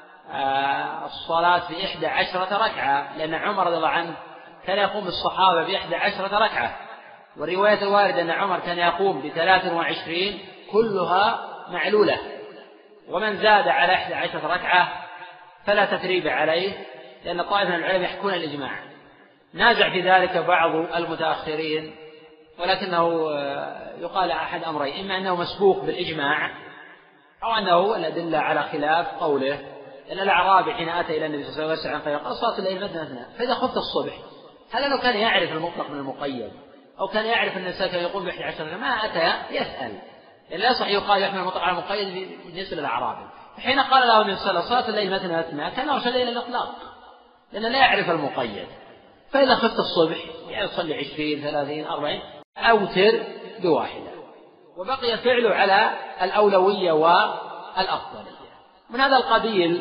الصلاة في إحدى عشرة ركعة، لأن عمر رضي الله عنه كان يقوم بالصحابة بإحدى عشرة ركعة، والرواية الواردة أن عمر كان يقوم بثلاث وعشرين كلها معلولة. ومن زاد على إحدى عشرة ركعة فلا تثريب عليه، لأن طائفة من العلماء يحكون الإجماع. نازع في ذلك بعض المتأخرين، ولكنه يقال أحد أمرين: إما أنه مسبوق بالإجماع، أو أنه الأدلة على خلاف قوله. لأن الأعرابي حين أتى إلى النبي صلى الله عليه وسلم فقال صلاة الليل مثنى مثنى، فإذا خفت الصبح، هل أنه كان يعرف المطلق من المقيد، أو كان يعرف أن الإنسان كان يقوم بإحدى عشرة؟ ما أتى يسأل، لأن لا يصح يقال يحمل المطلق على المقيد بالنسبة للأعرابي. حين قال له النبي صلى الله عليه وسلم صلاة الليل مثنى مثنى، كان يرشد إلى الإطلاق، لأنه لا يعرف المقيد. فإذا خفت الصبح يعني يصلي عشرين ثلاثين أربعين، أوتر بواحدة. وبقي فعله على الأولوية والأفضلية. من هذا القبيل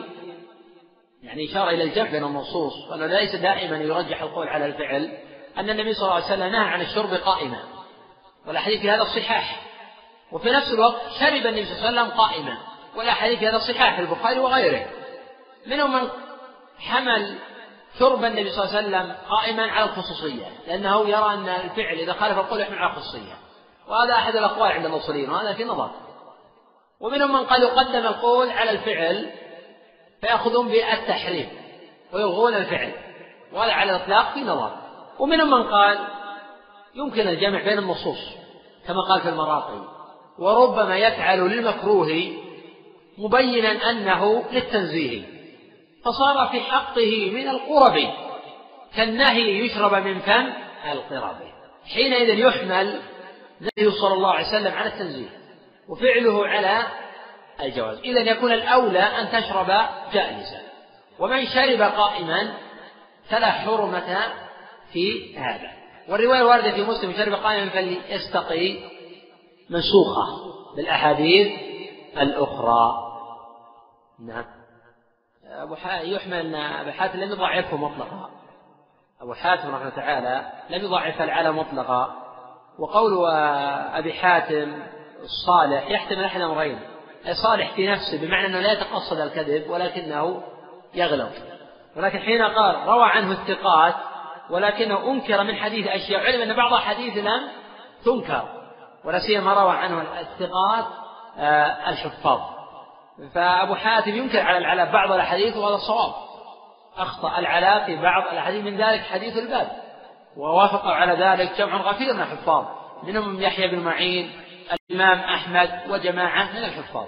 يعني إشارة إلى الجمع بين النصوص، وأنه ليس دائما يرجح القول على الفعل، أن النبي صلى الله عليه وسلم نهى عن الشرب قائما، والأحاديث في هذا الصحاح. وفي نفس الوقت شرب النبي صلى الله عليه وسلم قائما، والأحاديث في هذا الصحاح في البخاري وغيره. منهم من حمل شرب النبي صلى الله عليه وسلم قائما على الخصوصية، لأنه يرى أن الفعل إذا خالف القول يحمل على الخصوصية، وهذا أحد الأقوال عند الأصوليين، وهذا في نظر. ومنهم من قال يقدم القول على الفعل فيأخذون بالتحريم ويلغون الفعل، وهذا على الإطلاق في نظر. ومنهم من قال يمكن الجمع بين النصوص كما قال في المراقي، وربما يفعل للمكروه مبينا أنه للتنزيه، فصار في حقه من القرب كالنهي يشرب من فم القرب، حينئذ يحمل نهيه صلى الله عليه وسلم على التنزيه وفعله على الجواز. إذن يكون الأولى أن تشرب جالسا، ومن شرب قائما فلا حرمة في هذا. والرواية الواردة في مسلم شرب قائما فليستقي منسوخة بالأحاديث الأخرى. نعم. أبو يحمل أبو حاتم لم يضعفه مطلقا، أبو حاتم رحمه الله تعالى لم يضعف العلى مطلقا. وقول أبي حاتم الصالح يحتمل أحد أمرين: صالح في نفسه بمعنى أنه لا يتقصد الكذب ولكنه يغلط، ولكن حين قال روى عنه الثقات ولكنه أنكر من حديث أشياء، علم أن بعض حديث لم تنكر، ولا سيما روى عنه الثقات الحفاظ. فأبو حاتم ينكر على العلاء بعض الأحاديث، وهذا الصواب. أخطأ العلاء في بعض الأحاديث، من ذلك حديث الباب، ووافق على ذلك جمع غفير من الحفاظ، منهم يحيى بن معين، الإمام أحمد وجماعة من الحفاظ.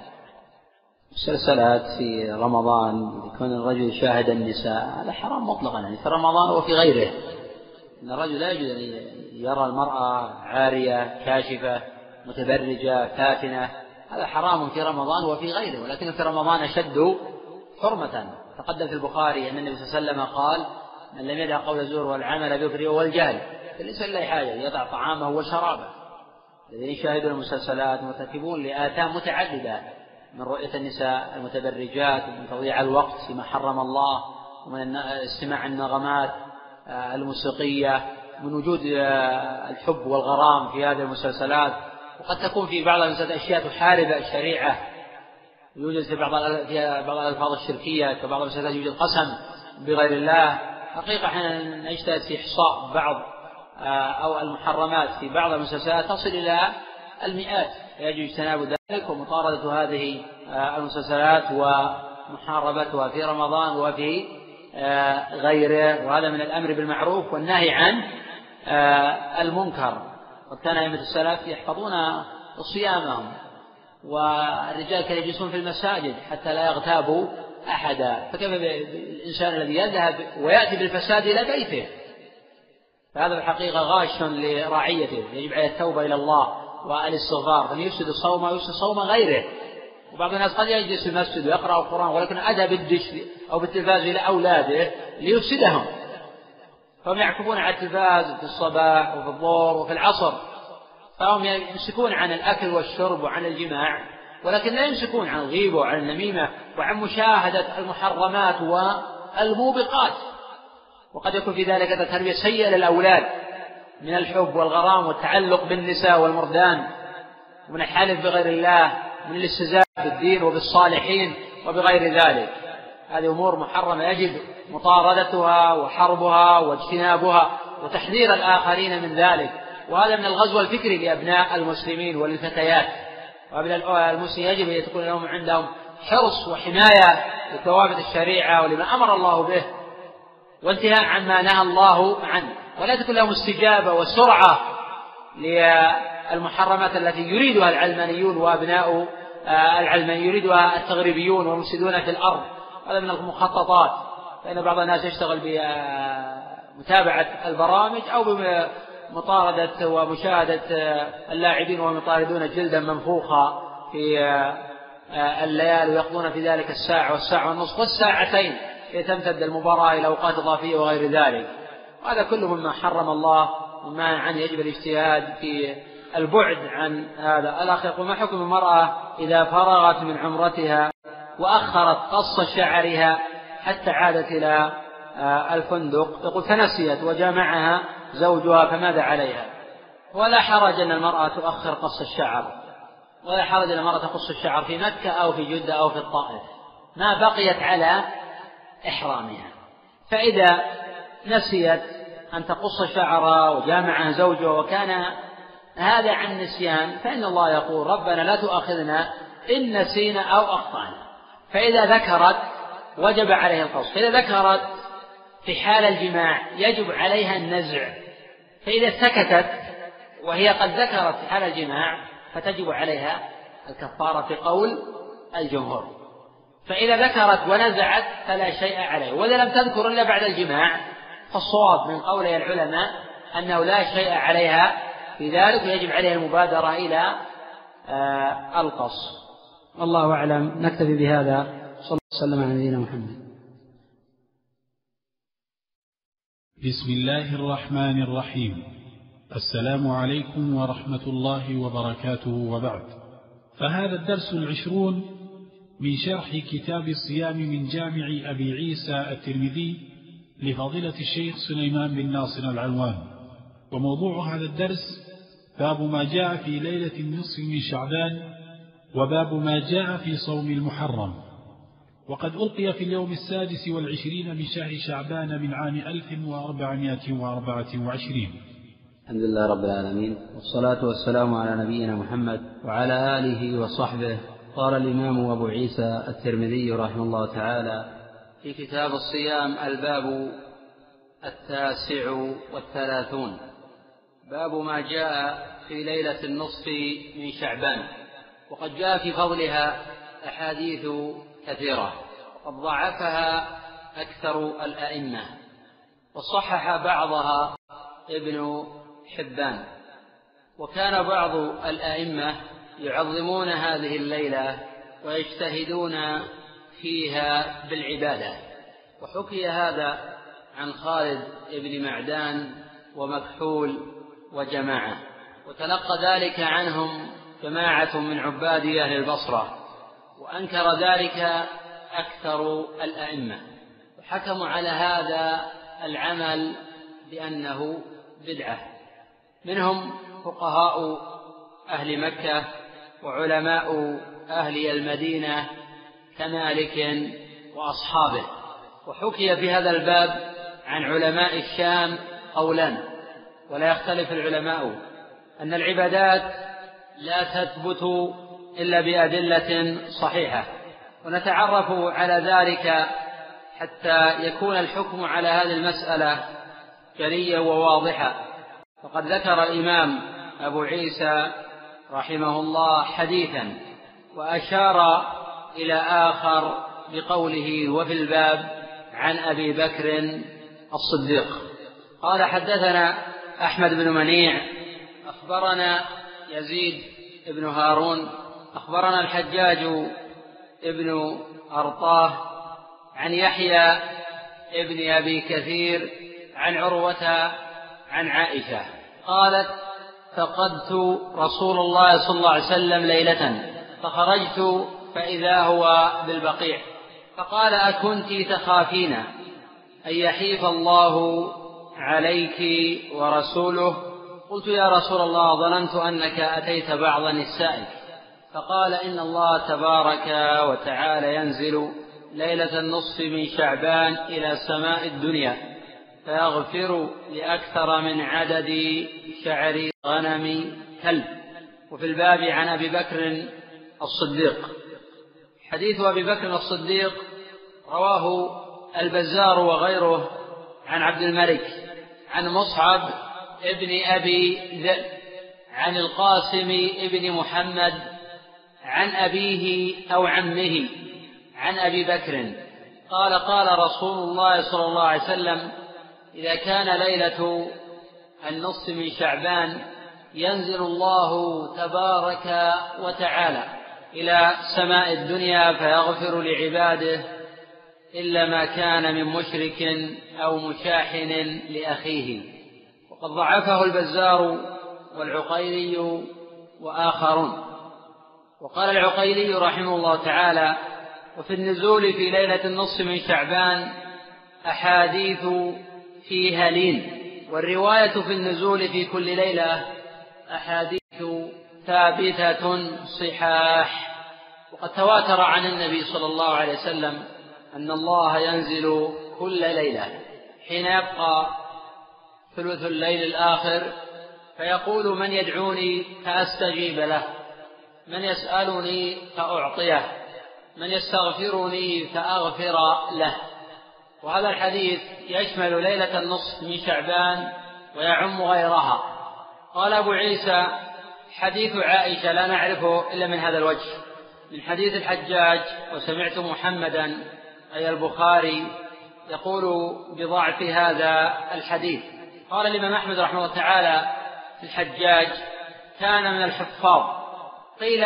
السلسلات في رمضان يكون الرجل شاهد النساء، هذا حرام مطلقا، يعني في رمضان وفي غيره. إن الرجل لا يجوز أن يرى المرأة عارية كاشفة متبرجة فاتنة، هذا حرام في رمضان وفي غيره، ولكن في رمضان أشد حرمة. تقدم في البخاري أن النبي صلى الله عليه وسلم قال: من لم يدع قول الزور والعمل به والجهل فليس لله حاجة يضع طعامه وشرابه. الذين يشاهدون المسلسلات مرتكبون لآثام متعددة، من رؤية النساء المتبرجات ومن تضييع الوقت فيما حرم الله ومن استماع النغمات الموسيقية من وجود الحب والغرام في هذه المسلسلات. وقد تكون في بعض المسلسلات أشياء تحارب الشريعة، يوجد في بعض في بعض الألفاظ الشركية، في بعض المسلسلات يوجد قسم بغير الله. حقيقة احنا نجتهد في إحصاء بعض أو المحرمات في بعض المسلسلات تصل إلى المئات، يجب اجتناب ذلك ومطاردة هذه المسلسلات ومحاربتها في رمضان وفي غيره. وهذا من الأمر بالمعروف والنهي عن المنكر. وقد كان أئمة السلف يحفظون صيامهم، والرجال كانوا يجلسون في المساجد حتى لا يغتابوا أحدا، فكيف بالإنسان الذي يذهب ويأتي بالفساد إلى بيته؟ فهذا بالحقيقة غاش لرعيته، يجب عليه التوبة إلى الله والاستغفار، فمن يفسد الصوم ويفسد صوم غيره. وبعض الناس قد يجلس في المسجد ويقرأ القرآن ولكن أتى بالدش أو بالتلفاز إلى أولاده ليفسدهم، فهم يعكفون على التلفاز في الصباح وفي الظهر وفي العصر، فهم يمسكون عن الأكل والشرب وعن الجماع، ولكن لا يمسكون عن الغيبة وعن النميمة وعن مشاهدة المحرمات والموبقات. وقد يكون في ذلك تربية سيئة للأولاد من الحب والغرام والتعلق بالنساء والمردان ومن الحلف بغير الله من الاستهزاء بالدين وبالصالحين وبغير ذلك. هذه أمور محرمة يجب مطاردتها وحربها واجتنابها وتحذير الآخرين من ذلك. وهذا من الغزو الفكري لأبناء المسلمين وللفتيات، وأبناء المسلمين يجب أن تكون لهم عندهم حرص وحماية لثوابت الشريعة ولما أمر الله به وانتهاء عما نهى الله عنه، ولا تكون لهم استجابة وسرعة للمحرمات التي يريدها العلمانيون وأبناء العلمانيين يريدها التغريبيون والمفسدون في الأرض. هذا من المخططات، فإن بعض الناس يشتغل بمتابعة البرامج أو بمطاردة ومشاهدة اللاعبين وهم يطاردون جلدا منفوخا في الليالي ويقضون في ذلك الساعة والساعة والنصف والساعتين لتمتد المباراة إلى أوقات إضافية وغير ذلك. وهذا كله مما حرم الله وما عنه يجب الاجتهاد في البعد عن هذا. الأخ يقول: ما حكم المرأة إذا فرغت من عمرتها وأخرت قص شعرها حتى عادت إلى الفندق؟ يقول: فنسيت وجامعها زوجها فماذا عليها؟ ولا حرج أن المرأة تؤخر قص الشعر، ولا حرج أن المرأة تقص الشعر في مكة أو في جدة أو في الطائف ما بقيت على إحرامها. فإذا نسيت أن تقص شعرها وجامعها زوجها وكان هذا عن نسيان فإن الله يقول: ربنا لا تؤاخذنا إن نسينا أو أخطأنا. فإذا ذكرت وجب عليها القص، فإذا ذكرت في حال الجماع يجب عليها النزع، فإذا سكتت وهي قد ذكرت في حال الجماع فتجب عليها الكفارة في قول الجمهور. فإذا ذكرت ونزعت فلا شيء عليه، وإذا لم تذكر إلا بعد الجماع فالصواب من قولي العلماء أنه لا شيء عليها في ذلك ويجب عليها المبادرة إلى آه القص. الله أعلم. نكتفي بهذا. صلى الله عليه وسلم على نبينا محمد. بسم الله الرحمن الرحيم. السلام عليكم ورحمة الله وبركاته، وبعد. فهذا الدرس العشرون من شرح كتاب الصيام من جامع أبي عيسى الترمذي لفضيلة الشيخ سليمان بن ناصر العلوان. وموضوع هذا الدرس باب ما جاء في ليلة النصف من شعبان، وباب ما جاء في صوم المحرم. وقد ألقي في اليوم السادس والعشرين من شهر شعبان من عام ألف وأربعمائة وأربعة وعشرين. الحمد لله رب العالمين، والصلاة والسلام على نبينا محمد وعلى آله وصحبه. قال الإمام أبو عيسى الترمذي رحمه الله تعالى في كتاب الصيام: الباب التاسع والثلاثون، باب ما جاء في ليلة النصف من شعبان. وقد جاء في فضلها أحاديث كثيرة، وقد ضعفها أكثر الأئمة، وصحح بعضها ابن حبان. وكان بعض الأئمة يعظمون هذه الليلة ويجتهدون فيها بالعبادة، وحكي هذا عن خالد بن معدان ومكحول وجماعة، وتلقى ذلك عنهم جماعة من عباد أهل البصرة، وأنكر ذلك أكثر الأئمة، وحكموا على هذا العمل بأنه بدعة. منهم فقهاء أهل مكة وعلماء أهل المدينة كمالك وأصحابه. وحكي في هذا الباب عن علماء الشام قولان، ولا يختلف العلماء أن العبادات لا تثبت إلا بأدلة صحيحة، ونتعرف على ذلك حتى يكون الحكم على هذه المسألة جليا وواضحا. فقد ذكر الإمام أبو عيسى رحمه الله حديثا وأشار إلى آخر بقوله وفي الباب عن أبي بكر الصديق قال: حدثنا أحمد بن منيع أخبرنا يزيد بن هارون أخبرنا الحجاج ابن أرطاه عن يحيى ابن أبي كثير عن عروة عن عائشة قالت: فقدت رسول الله صلى الله عليه وسلم ليلة فخرجت فإذا هو بالبقيع، فقال: أكنت تخافين أن يحيف الله عليك ورسوله؟ قلت: يا رسول الله، ظننت أنك أتيت بعض نسائك. فقال: إن الله تبارك وتعالى ينزل ليلة النصف من شعبان إلى سماء الدنيا فيغفر لأكثر من عدد شعر غنم كلب. وفي الباب عن أبي بكر الصديق. حديث أبي بكر الصديق رواه البزار وغيره عن عبد الملك عن مصعب ابن أبي ذئب عن القاسم ابن محمد عن أبيه أو عمه عن أبي بكر قال: قال رسول الله صلى الله عليه وسلم: إذا كان ليلة النصف من شعبان ينزل الله تبارك وتعالى إلى سماء الدنيا فيغفر لعباده إلا ما كان من مشرك أو مشاحن لأخيه. وقد ضعفه البزار والعقيلي وآخرون. وقال العقيلي رحمه الله تعالى: وفي النزول في ليلة النصف من شعبان أحاديث فيها لين، والرواية في النزول في كل ليلة أحاديث ثابتة صحاح. وقد تواتر عن النبي صلى الله عليه وسلم أن الله ينزل كل ليلة حين يبقى ثلث الليل الآخر فيقول: من يدعوني فأستجيب له، من يسألني فأعطيه، من يستغفرني فأغفر له. وهذا الحديث يشمل ليلة النصف من شعبان ويعم غيرها. قال أبو عيسى: حديث عائشة لا نعرفه إلا من هذا الوجه، من حديث الحجاج، وسمعت محمدا أي البخاري يقول بضعف هذا الحديث. قال الإمام أحمد رحمه الله تعالى في الحجاج: كان من الحفاظ. قيل: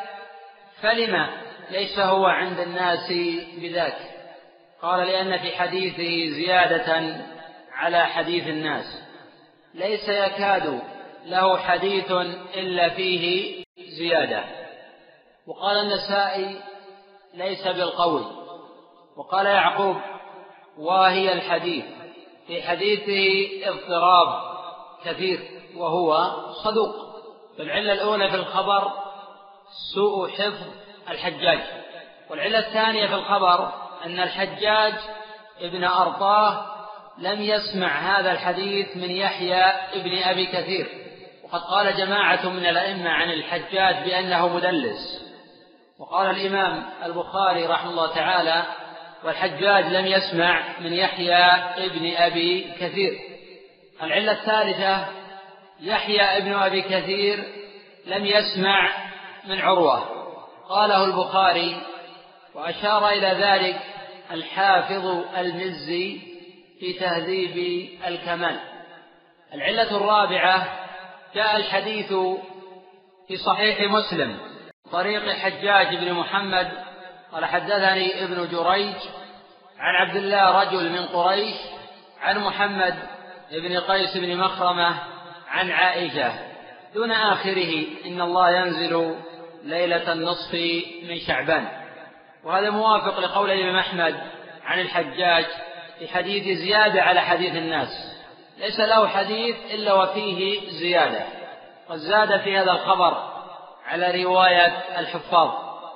فلما ليس هو عند الناس بذاك؟ قال: لأن في حديثه زيادة على حديث الناس، ليس يكاد له حديث إلا فيه زيادة. وقال النسائي: ليس بالقول. وقال يعقوب: وهي الحديث، في حديثه اضطراب كثير وهو صدوق. فالعلة الأولى في الخبر سوء حفظ الحجاج، والعلة الثانية في الخبر أن الحجاج ابن أرطاه لم يسمع هذا الحديث من يحيى ابن أبي كثير. وقد قال جماعة من الأئمة عن الحجاج بأنه مدلس. وقال الإمام البخاري رحمه الله تعالى: والحجاج لم يسمع من يحيى ابن أبي كثير. العلة الثالثة: يحيى ابن أبي كثير لم يسمع من عروة. قاله البخاري، وأشار إلى ذلك الحافظ المزي في تهذيب الكمال. العلة الرابعة: جاء الحديث في صحيح مسلم طريق حجاج بن محمد قال: حدثني ابن جريج عن عبد الله رجل من قريش عن محمد بن قيس بن مخرمة عن عائشة دون آخره إن الله ينزل ليلة النصف من شعبان. وهذا موافق لقول الإمام أحمد عن الحجاج في حديث زيادة على حديث الناس، ليس له حديث إلا وفيه زيادة، قد زاد في هذا الخبر على رواية الحفاظ.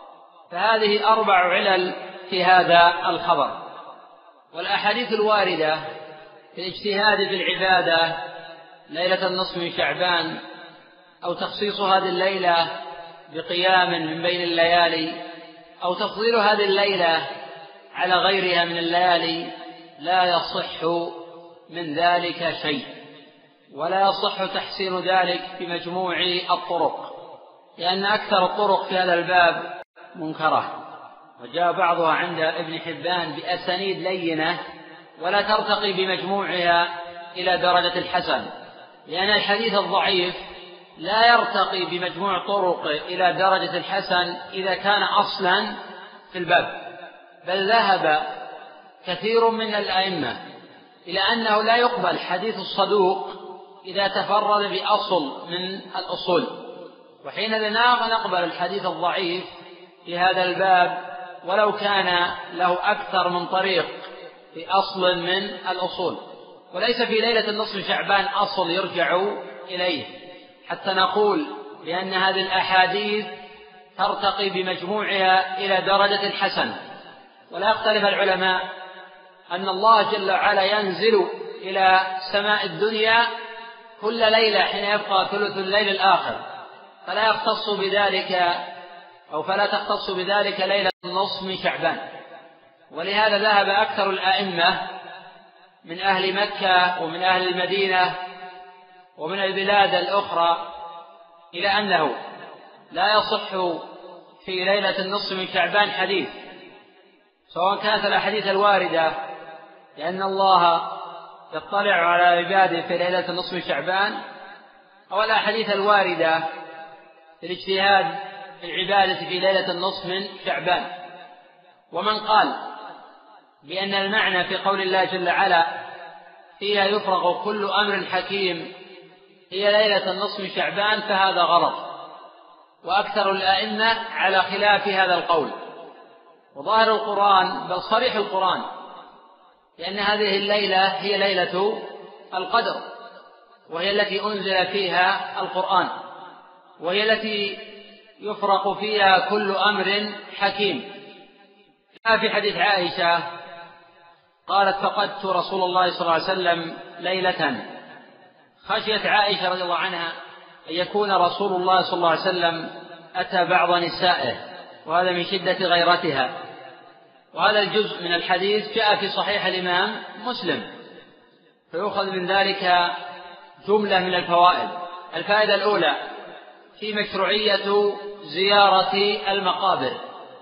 فهذه أربع علل في هذا الخبر. والأحاديث الواردة في الاجتهاد في العبادة ليلة النصف من شعبان أو تخصيص هذه الليلة بقيام من بين الليالي أو تفضيل هذه الليلة على غيرها من الليالي لا يصح من ذلك شيء، ولا يصح تحسين ذلك بمجموع الطرق، لأن أكثر الطرق في هذا الباب منكرة، وجاء بعضها عند ابن حبان بأسانيد لينة ولا ترتقي بمجموعها إلى درجة الحسن، لأن الحديث الضعيف لا يرتقي بمجموع طرق إلى درجة الحسن إذا كان أصلا في الباب. بل ذهب كثير من الأئمة إلى أنه لا يقبل حديث الصدوق إذا تفرد بأصل من الأصول، وحينئذ نقبل الحديث الضعيف في هذا الباب ولو كان له أكثر من طريق في أصل من الأصول. وليس في ليلة النصف شعبان أصل يرجع إليه حتى نقول بأن هذه الأحاديث ترتقي بمجموعها إلى درجة الحسن. ولا يختلف العلماء أن الله جل وعلا ينزل إلى سماء الدنيا كل ليلة حين يبقى ثلث الليل الآخر، فلا يختص بذلك أو فلا تختص بذلك ليلة النصف من شعبان. ولهذا ذهب أكثر الأئمة من أهل مكة ومن أهل المدينة ومن البلاد الأخرى إلى أنه لا يصح في ليلة النصف من شعبان حديث، سواء كانت الأحاديث الواردة لأن الله يطلع على عباده في ليلة النصف من شعبان، أو الأحاديث الواردة في الاجتهاد في العبادة في ليلة النصف من شعبان. ومن قال بأن المعنى في قول الله جل وعلا فيها يفرغ كل أمر حكيم هي ليلة النصف من شعبان فهذا غلط، وأكثر الأئمة على خلاف هذا القول. وظاهر القرآن بل صريح القرآن لأن هذه الليلة هي ليلة القدر، وهي التي أنزل فيها القرآن، وهي التي يفرق فيها كل أمر حكيم. في حديث عائشة قالت فقدت رسول الله صلى الله عليه وسلم ليلة، خشيت عائشة رضي الله عنها أن يكون رسول الله صلى الله عليه وسلم أتى بعض نسائه، وهذا من شدة غيرتها. وهذا الجزء من الحديث جاء في صحيح الإمام مسلم، فيؤخذ من ذلك جملة من الفوائد. الفائدة الأولى في مشروعية زيارة المقابر،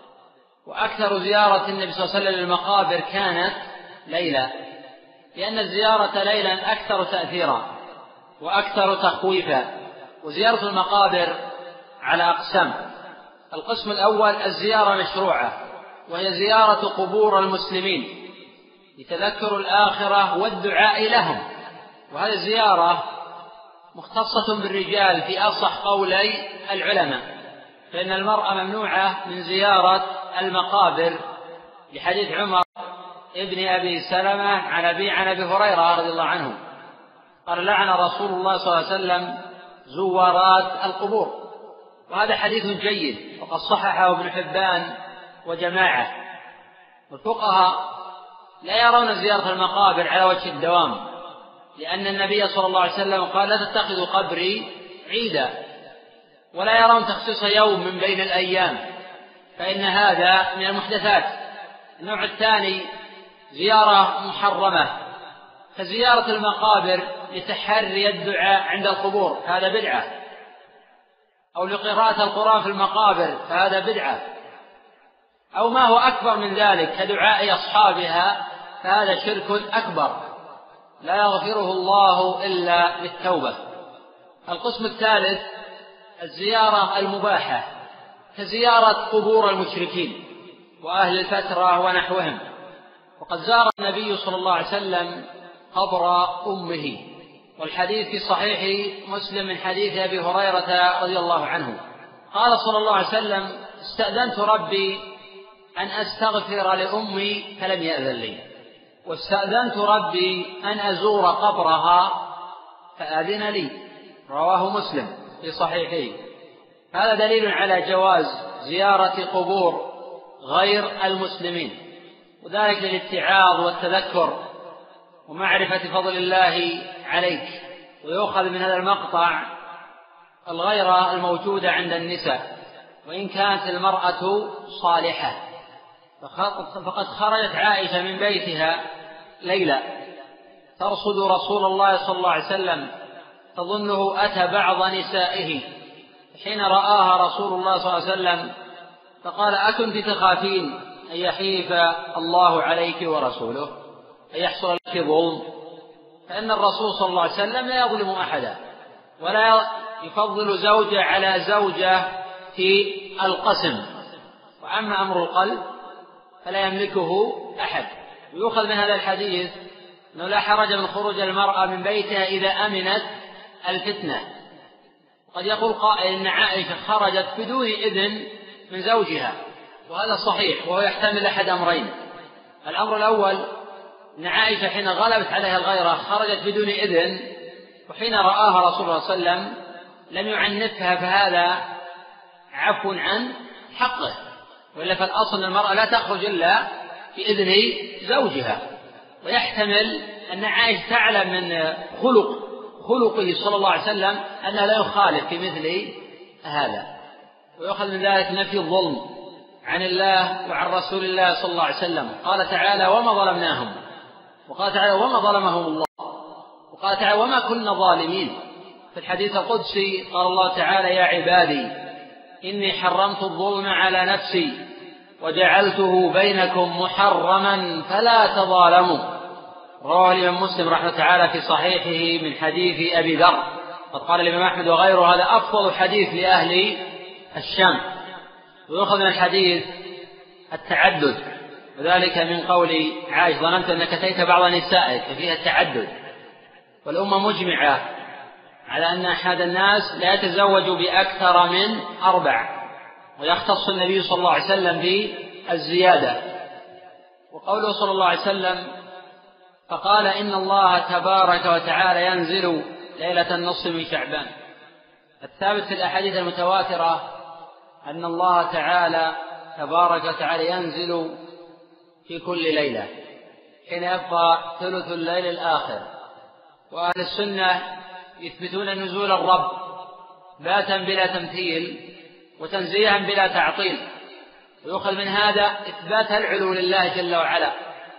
وأكثر زيارة النبي صلى الله عليه وسلم للمقابر كانت ليلة، لأن الزيارة ليلا أكثر تأثيرا وأكثر تخويفا. وزيارة المقابر على أقسام: القسم الأول الزيارة مشروعة، وهي زيارة قبور المسلمين لتذكر الآخرة والدعاء لهم، وهذه الزيارة مختصة بالرجال في أصح قولي العلماء، فإن المرأة ممنوعة من زيارة المقابر لحديث عمر ابن أبي سلمة عن أبي عن أبي هريرة رضي الله عنه قال لعن رسول الله صلى الله عليه وسلم زوارات القبور. وهذا حديث جيد وقد صححه ابن حبان وجماعة. والفقهاء لا يرون زيارة المقابر على وجه الدوام، لأن النبي صلى الله عليه وسلم قال لا تتخذوا قبري عيدا، ولا يرون تخصيص يوم من بين الأيام، فإن هذا من المحدثات. النوع الثاني زيارة محرمة كزيارة المقابر لتحري الدعاء عند القبور، هذا بدعة، أو لقراءة القرآن في المقابر فهذا بدعة، أو ما هو أكبر من ذلك كدعاء أصحابها فهذا شرك أكبر لا يغفره الله إلا بالتوبة. القسم الثالث الزيارة المباحة كزيارة قبور المشركين وأهل الفترة ونحوهم. وقد زار النبي صلى الله عليه وسلم قبر أمه. والحديث في صحيح مسلم من حديث أبي هريرة رضي الله عنه قال صلى الله عليه وسلم: استأذنت ربي أن أستغفر لأمي فلم يأذن لي، واستأذنت ربي أن أزور قبرها فأذن لي. رواه مسلم في صحيحه. هذا دليل على جواز زيارة قبور غير المسلمين، وذلك للاتعاظ والتذكر ومعرفة فضل الله عليك. ويؤخذ من هذا المقطع الغيرة الموجودة عند النساء، وإن كانت المرأة صالحة. فقد خرجت عائشة من بيتها ليلة ترصد رسول الله صلى الله عليه وسلم، تظنه أتى بعض نسائه، حين رآها رسول الله صلى الله عليه وسلم فقال: أكنت تخافين أن يحيف الله عليك ورسوله، أن يحصل لك ظلم؟ فإن الرسول صلى الله عليه وسلم لا يظلم أحدا، ولا يفضل زوجة على زوجة في القسم. وأما أمر القلب فلا يملكه أحد. ويؤخذ من هذا الحديث أنه لا حرج من خروج المرأة من بيتها إذا أمنت الفتنة. قد يقول قائل إن عائشة خرجت بدون إذن من زوجها، وهذا صحيح، وهو يحتمل أحد أمرين. الأمر الأول أن عائشة حين غلبت عليها الغيرة خرجت بدون إذن، وحين رآها رسول الله صلى الله عليه وسلم لم يعنفها، فهذا عفو عن حقه. وإلا فالأصل أن المرأة لا تخرج إلا بإذن زوجها. ويحتمل أن عائشة تعلم من خلق خلقه صلى الله عليه وسلم أنه لا يخالف في مثل هذا. ويأخذ من ذلك نفي الظلم عن الله وعن رسول الله صلى الله عليه وسلم. قال تعالى: وما ظلمناهم، وقال تعالى: وما ظلمهم الله، وقال تعالى: وما كنا ظالمين. في الحديث القدسي قال الله تعالى: يا عبادي إني حرمت الظلم على نفسي وجعلته بينكم محرما فلا تظالموا. رواه الإمام مسلم رحمه الله تعالى في صحيحه من حديث أبي ذر. قد قال الإمام أحمد وغيره: هذا أفضل حديث لأهل الشام. ويؤخذ من الحديث التعدد، وذلك من قول عائشة: ظننت أنك أتيت بعض نسائك، فيها التعدد. والأمة مجمعة على أن أحد الناس لا يتزوج بأكثر من أربع، ويختص النبي صلى الله عليه وسلم بالزيادة. وقوله صلى الله عليه وسلم: فقال إن الله تبارك وتعالى ينزل ليلة النصف من شعبان. الثابت في الأحاديث المتواترة أن الله تعالى تبارك وتعالى ينزل في كل ليلة حين يبقى ثلث الليل الآخر. وأهل السنة يثبتون نزول الرب باتا بلا تمثيل وتنزيها بلا تعطيل. ويؤخذ من هذا إثبات العلو لله جل وعلا،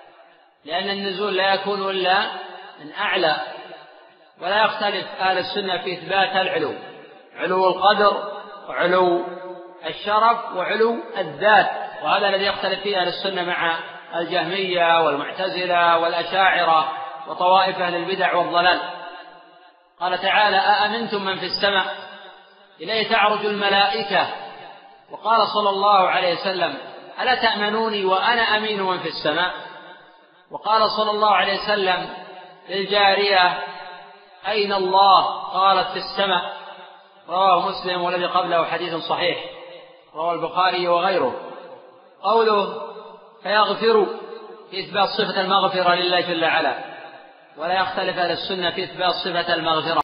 لأن النزول لا يكون إلا من أعلى. ولا يختلف أهل السنة في إثبات العلو، علو القدر وعلو الشرف وعلو الذات. وهذا الذي يختلف فيه أهل السنة مع الجهمية والمعتزلة والأشاعرة وطوائف أهل البدع والضلال. قال تعالى: أأمنتم من في السماء إليه تعرج الملائكة. وقال صلى الله عليه وسلم: ألا تأمنوني وأنا أمين من في السماء. وقال صلى الله عليه وسلم للجارية: أين الله؟ قالت: في السماء. رواه مسلم، والذي قبله حديث صحيح، رواه البخاري وغيره. قوله فيغفر في إثبات صفة المغفرة لله جل وعلا، ولا يختلف أهل السنة في إثبات صفة المغفرة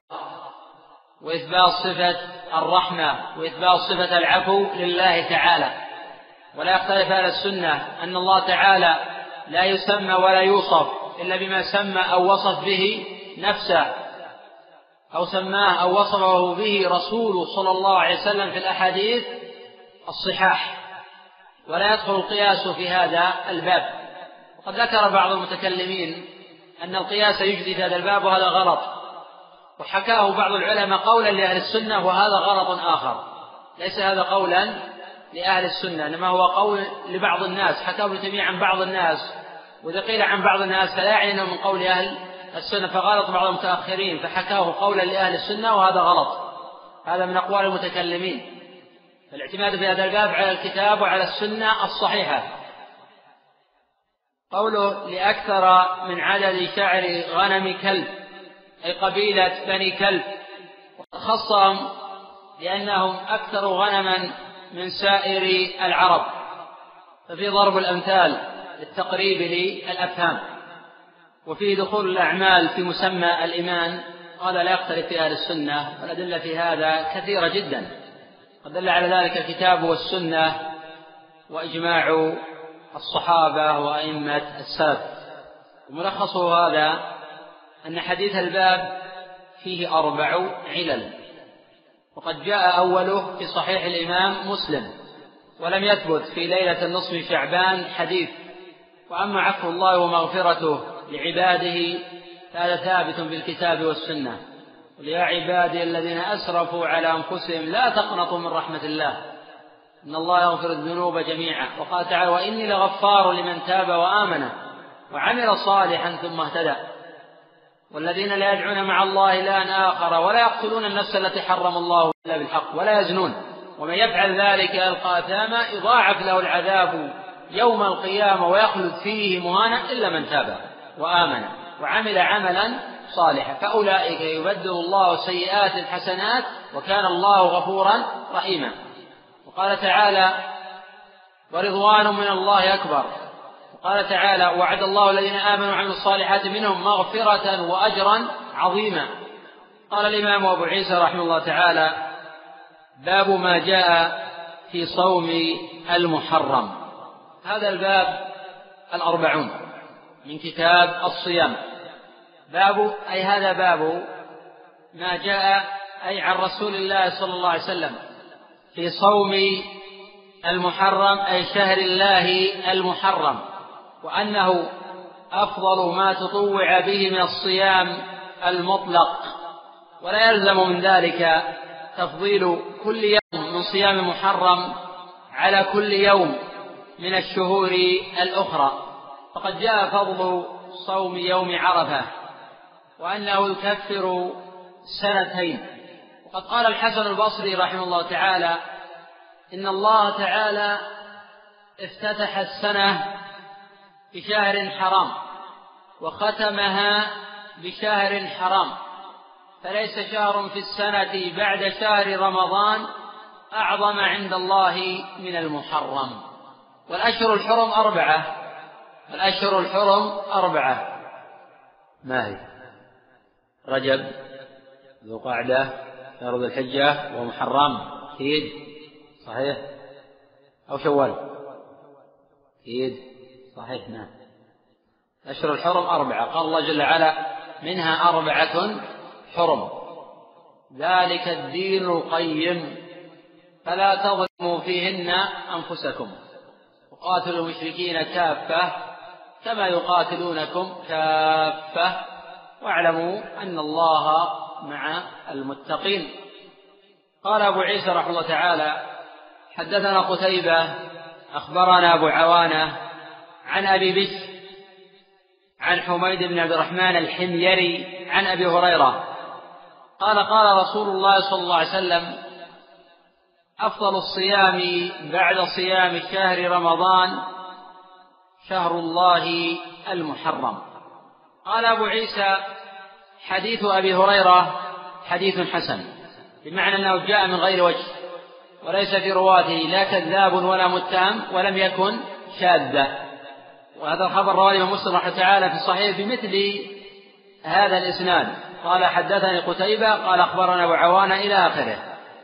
وإثبات صفة الرحمة وإثبات صفة العفو لله تعالى. ولا يختلف أهل السنة أن الله تعالى لا يسمى ولا يوصف إلا بما سمى أو وصف به نفسه، أو سماه أو وصفه به رسوله صلى الله عليه وسلم في الأحاديث الصحاح. ولا يدخل القياس في هذا الباب. وقد ذكر بعض المتكلمين أن القياس يجزي في هذا الباب، وهذا غلط. وحكاه بعض العلماء قولا لأهل السنة، وهذا غلط آخر. ليس هذا قولا لأهل السنة، إنما هو قول لبعض الناس، حكاه ابن تيمية عن بعض الناس. وإذا قيل عن بعض الناس فلا يعني أنه من قول أهل السنة، فغلط بعض المتأخرين فحكاه قولا لأهل السنة، وهذا غلط. هذا من أقوال المتكلمين. الاعتماد في هذا الباب على الكتاب وعلى السنة الصحيحة. قوله لأكثر من عدد شعر غنم كلب، أي قبيلة بني كلب، وخصهم لأنهم أكثر غنما من سائر العرب، ففي ضرب الأمثال للتقريب للأفهام، وفي دخول الأعمال في مسمى الإيمان. قال لا يختلف في أهل السنة، والأدلة في هذا كثيرة جدا، قد دل على ذلك الكتاب والسنة وإجماع الصحابة وأئمة السلف. وملخص هذا أن حديث الباب فيه أربع علل، وقد جاء أوله في صحيح الإمام مسلم، ولم يثبت في ليلة النصف من شعبان حديث. وأما عفو الله ومغفرته لعباده فهذا ثابت بالكتاب والسنة. قل يا عبادي الذين أسرفوا على أنفسهم لا تقنطوا من رحمة الله إن الله يغفر الذنوب جميعا. وقال تعالى وإني لغفار لمن تاب وآمن وعمل صالحا ثم اهتدى. والذين لا يدعون مع الله إلها آخر ولا يقتلون النفس التي حرم الله إلا بالحق ولا يزنون ومن يفعل ذلك يلقى أثاما يضاعف له العذاب يوم القيامة ويخلد فيه مهانا إلا من تاب وآمن وعمل عملا صالحا فأولئك يبدل الله سيئات الحسنات وكان الله غفورا رحيما. وقال تعالى ورضوان من الله أكبر. وقال تعالى وعد الله الذين آمنوا وعملوا الصالحات منهم مغفرة وأجرا عظيما. قال الإمام أبو عيسى رحمه الله تعالى باب ما جاء في صوم المحرم. هذا الباب الأربعون من كتاب الصيام. باب أي هذا باب ما جاء أي عن رسول الله صلى الله عليه وسلم في صوم المحرم أي شهر الله المحرم، وأنه أفضل ما تطوع به من الصيام المطلق، ولا يلزم من ذلك تفضيل كل يوم من صيام محرم على كل يوم من الشهور الأخرى. فقد جاء فضل صوم يوم عرفة وأنه يكفر سنتين. وقد قال الحسن البصري رحمه الله تعالى إن الله تعالى افتتح السنة بشهر حرام وختمها بشهر حرام، فليس شهر في السنة بعد شهر رمضان أعظم عند الله من المحرم. والأشهر الحرم أربعة الأشهر الحرم أربعة ما هي؟ رجب ذو قعدة شهر ذو الحجة ومحرم أكيد صحيح أو شوال أكيد صحيح نعم. أشهر الحرم أربعة قال الله جل وعلا منها أربعة حرم ذلك الدين القيم فلا تظلموا فيهن أنفسكم وقاتلوا المشركين كافة كما يقاتلونكم كافة واعلموا أن الله مع المتقين. قال أبو عيسى رحمه الله تعالى حدثنا قتيبة أخبرنا أبو عوانة عن أبي بشر عن حميد بن عبد الرحمن الحميري عن أبي هريرة قال قال رسول الله صلى الله عليه وسلم أفضل الصيام بعد صيام شهر رمضان شهر الله المحرم. قال أبو عيسى حديث أبي هريرة حديث حسن، بمعنى أنه جاء من غير وجه وليس في رواته لا كذاب ولا متهم ولم يكن شاذا. وهذا الخبر رواه الإمام مسلم رحمه تعالى في الصحيح بمثل هذا الإسناد. قال حدثني قتيبة قال أخبرنا أبو عوانة إلى آخره.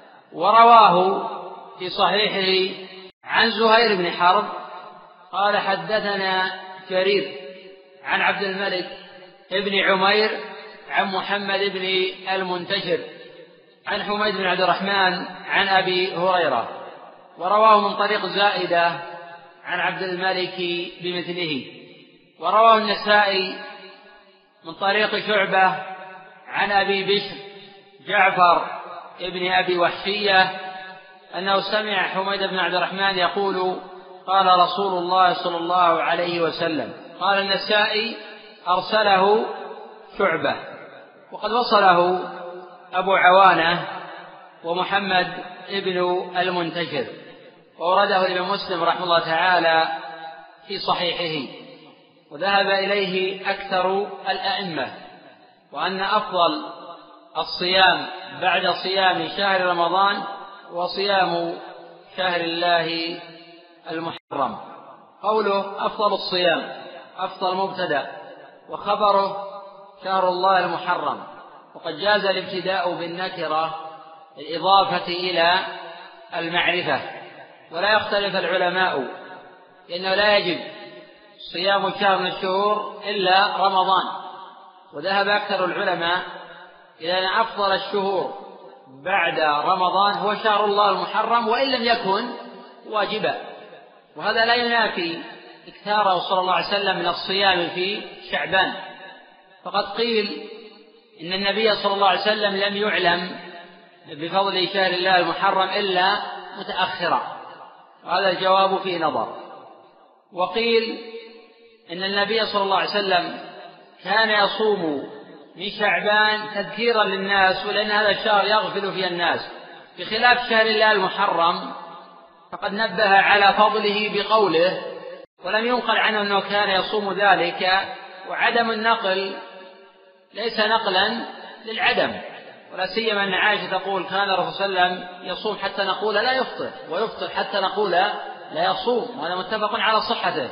ورواه في صحيحه عن زهير بن حرب قال حدثنا جرير عن عبد الملك ابن عمير عن محمد بن المنتشر عن حميد بن عبد الرحمن عن أبي هريرة، ورواه من طريق زائدة عن عبد الملك بمثله. ورواه النسائي من طريق شعبة عن أبي بشر جعفر ابن أبي وحشية أنه سمع حميد بن عبد الرحمن يقول قال رسول الله صلى الله عليه وسلم. قال النسائي أرسله شعبة، وقد وصله أبو عوانة ومحمد ابن المنتشر، وورده الإمام مسلم رحمه الله تعالى في صحيحه. وذهب إليه أكثر الأئمة، وأن أفضل الصيام بعد صيام شهر رمضان وصيام شهر الله المحرم. قوله أفضل الصيام، أفضل مبتدأ، وخبره شهر الله المحرم، وقد جاز الابتداء بالنكرة الإضافة إلى المعرفة. ولا يختلف العلماء لأنه لا يجب صيام شهر من الشهور إلا رمضان، وذهب أكثر العلماء إلى أن أفضل الشهور بعد رمضان هو شهر الله المحرم وإن لم يكن واجبا، وهذا لا ينافي إكثاره صلى الله عليه وسلم من الصيام في شعبان، فقد قيل إن النبي صلى الله عليه وسلم لم يعلم بفضل شهر الله المحرم إلا متأخرا، وهذا الجواب فيه نظر. وقيل إن النبي صلى الله عليه وسلم كان يصوم من شعبان تذكيرا للناس، ولأن هذا الشهر يغفل فيه الناس، بخلاف شهر الله المحرم فقد نبه على فضله بقوله، ولم ينقل عنه أنه كان يصوم ذلك. وعدم النقل ليس نقلا للعدم، ولا سيما أن عائشة تقول كان الرسول صلى الله عليه وسلم يصوم حتى نقول لا يفطر، ويفطر حتى نقول لا يصوم، وهذا متفق على صحته.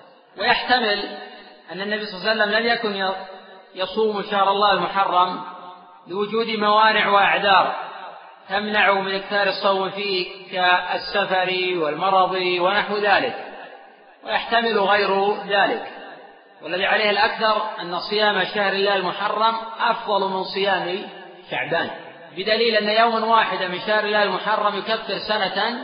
ويحتمل أن النبي صلى الله عليه وسلم لم يكن يصوم شهر الله المحرم لوجود موانع وأعذار تمنع من إكثار الصوم فيه كالسفر والمرض ونحو ذلك، ويحتمل غير ذلك. والذي عليه الأكثر أن صيام شهر الله المحرم أفضل من صيام شعبان، بدليل أن يوما واحدا من شهر الله المحرم يكفر سنة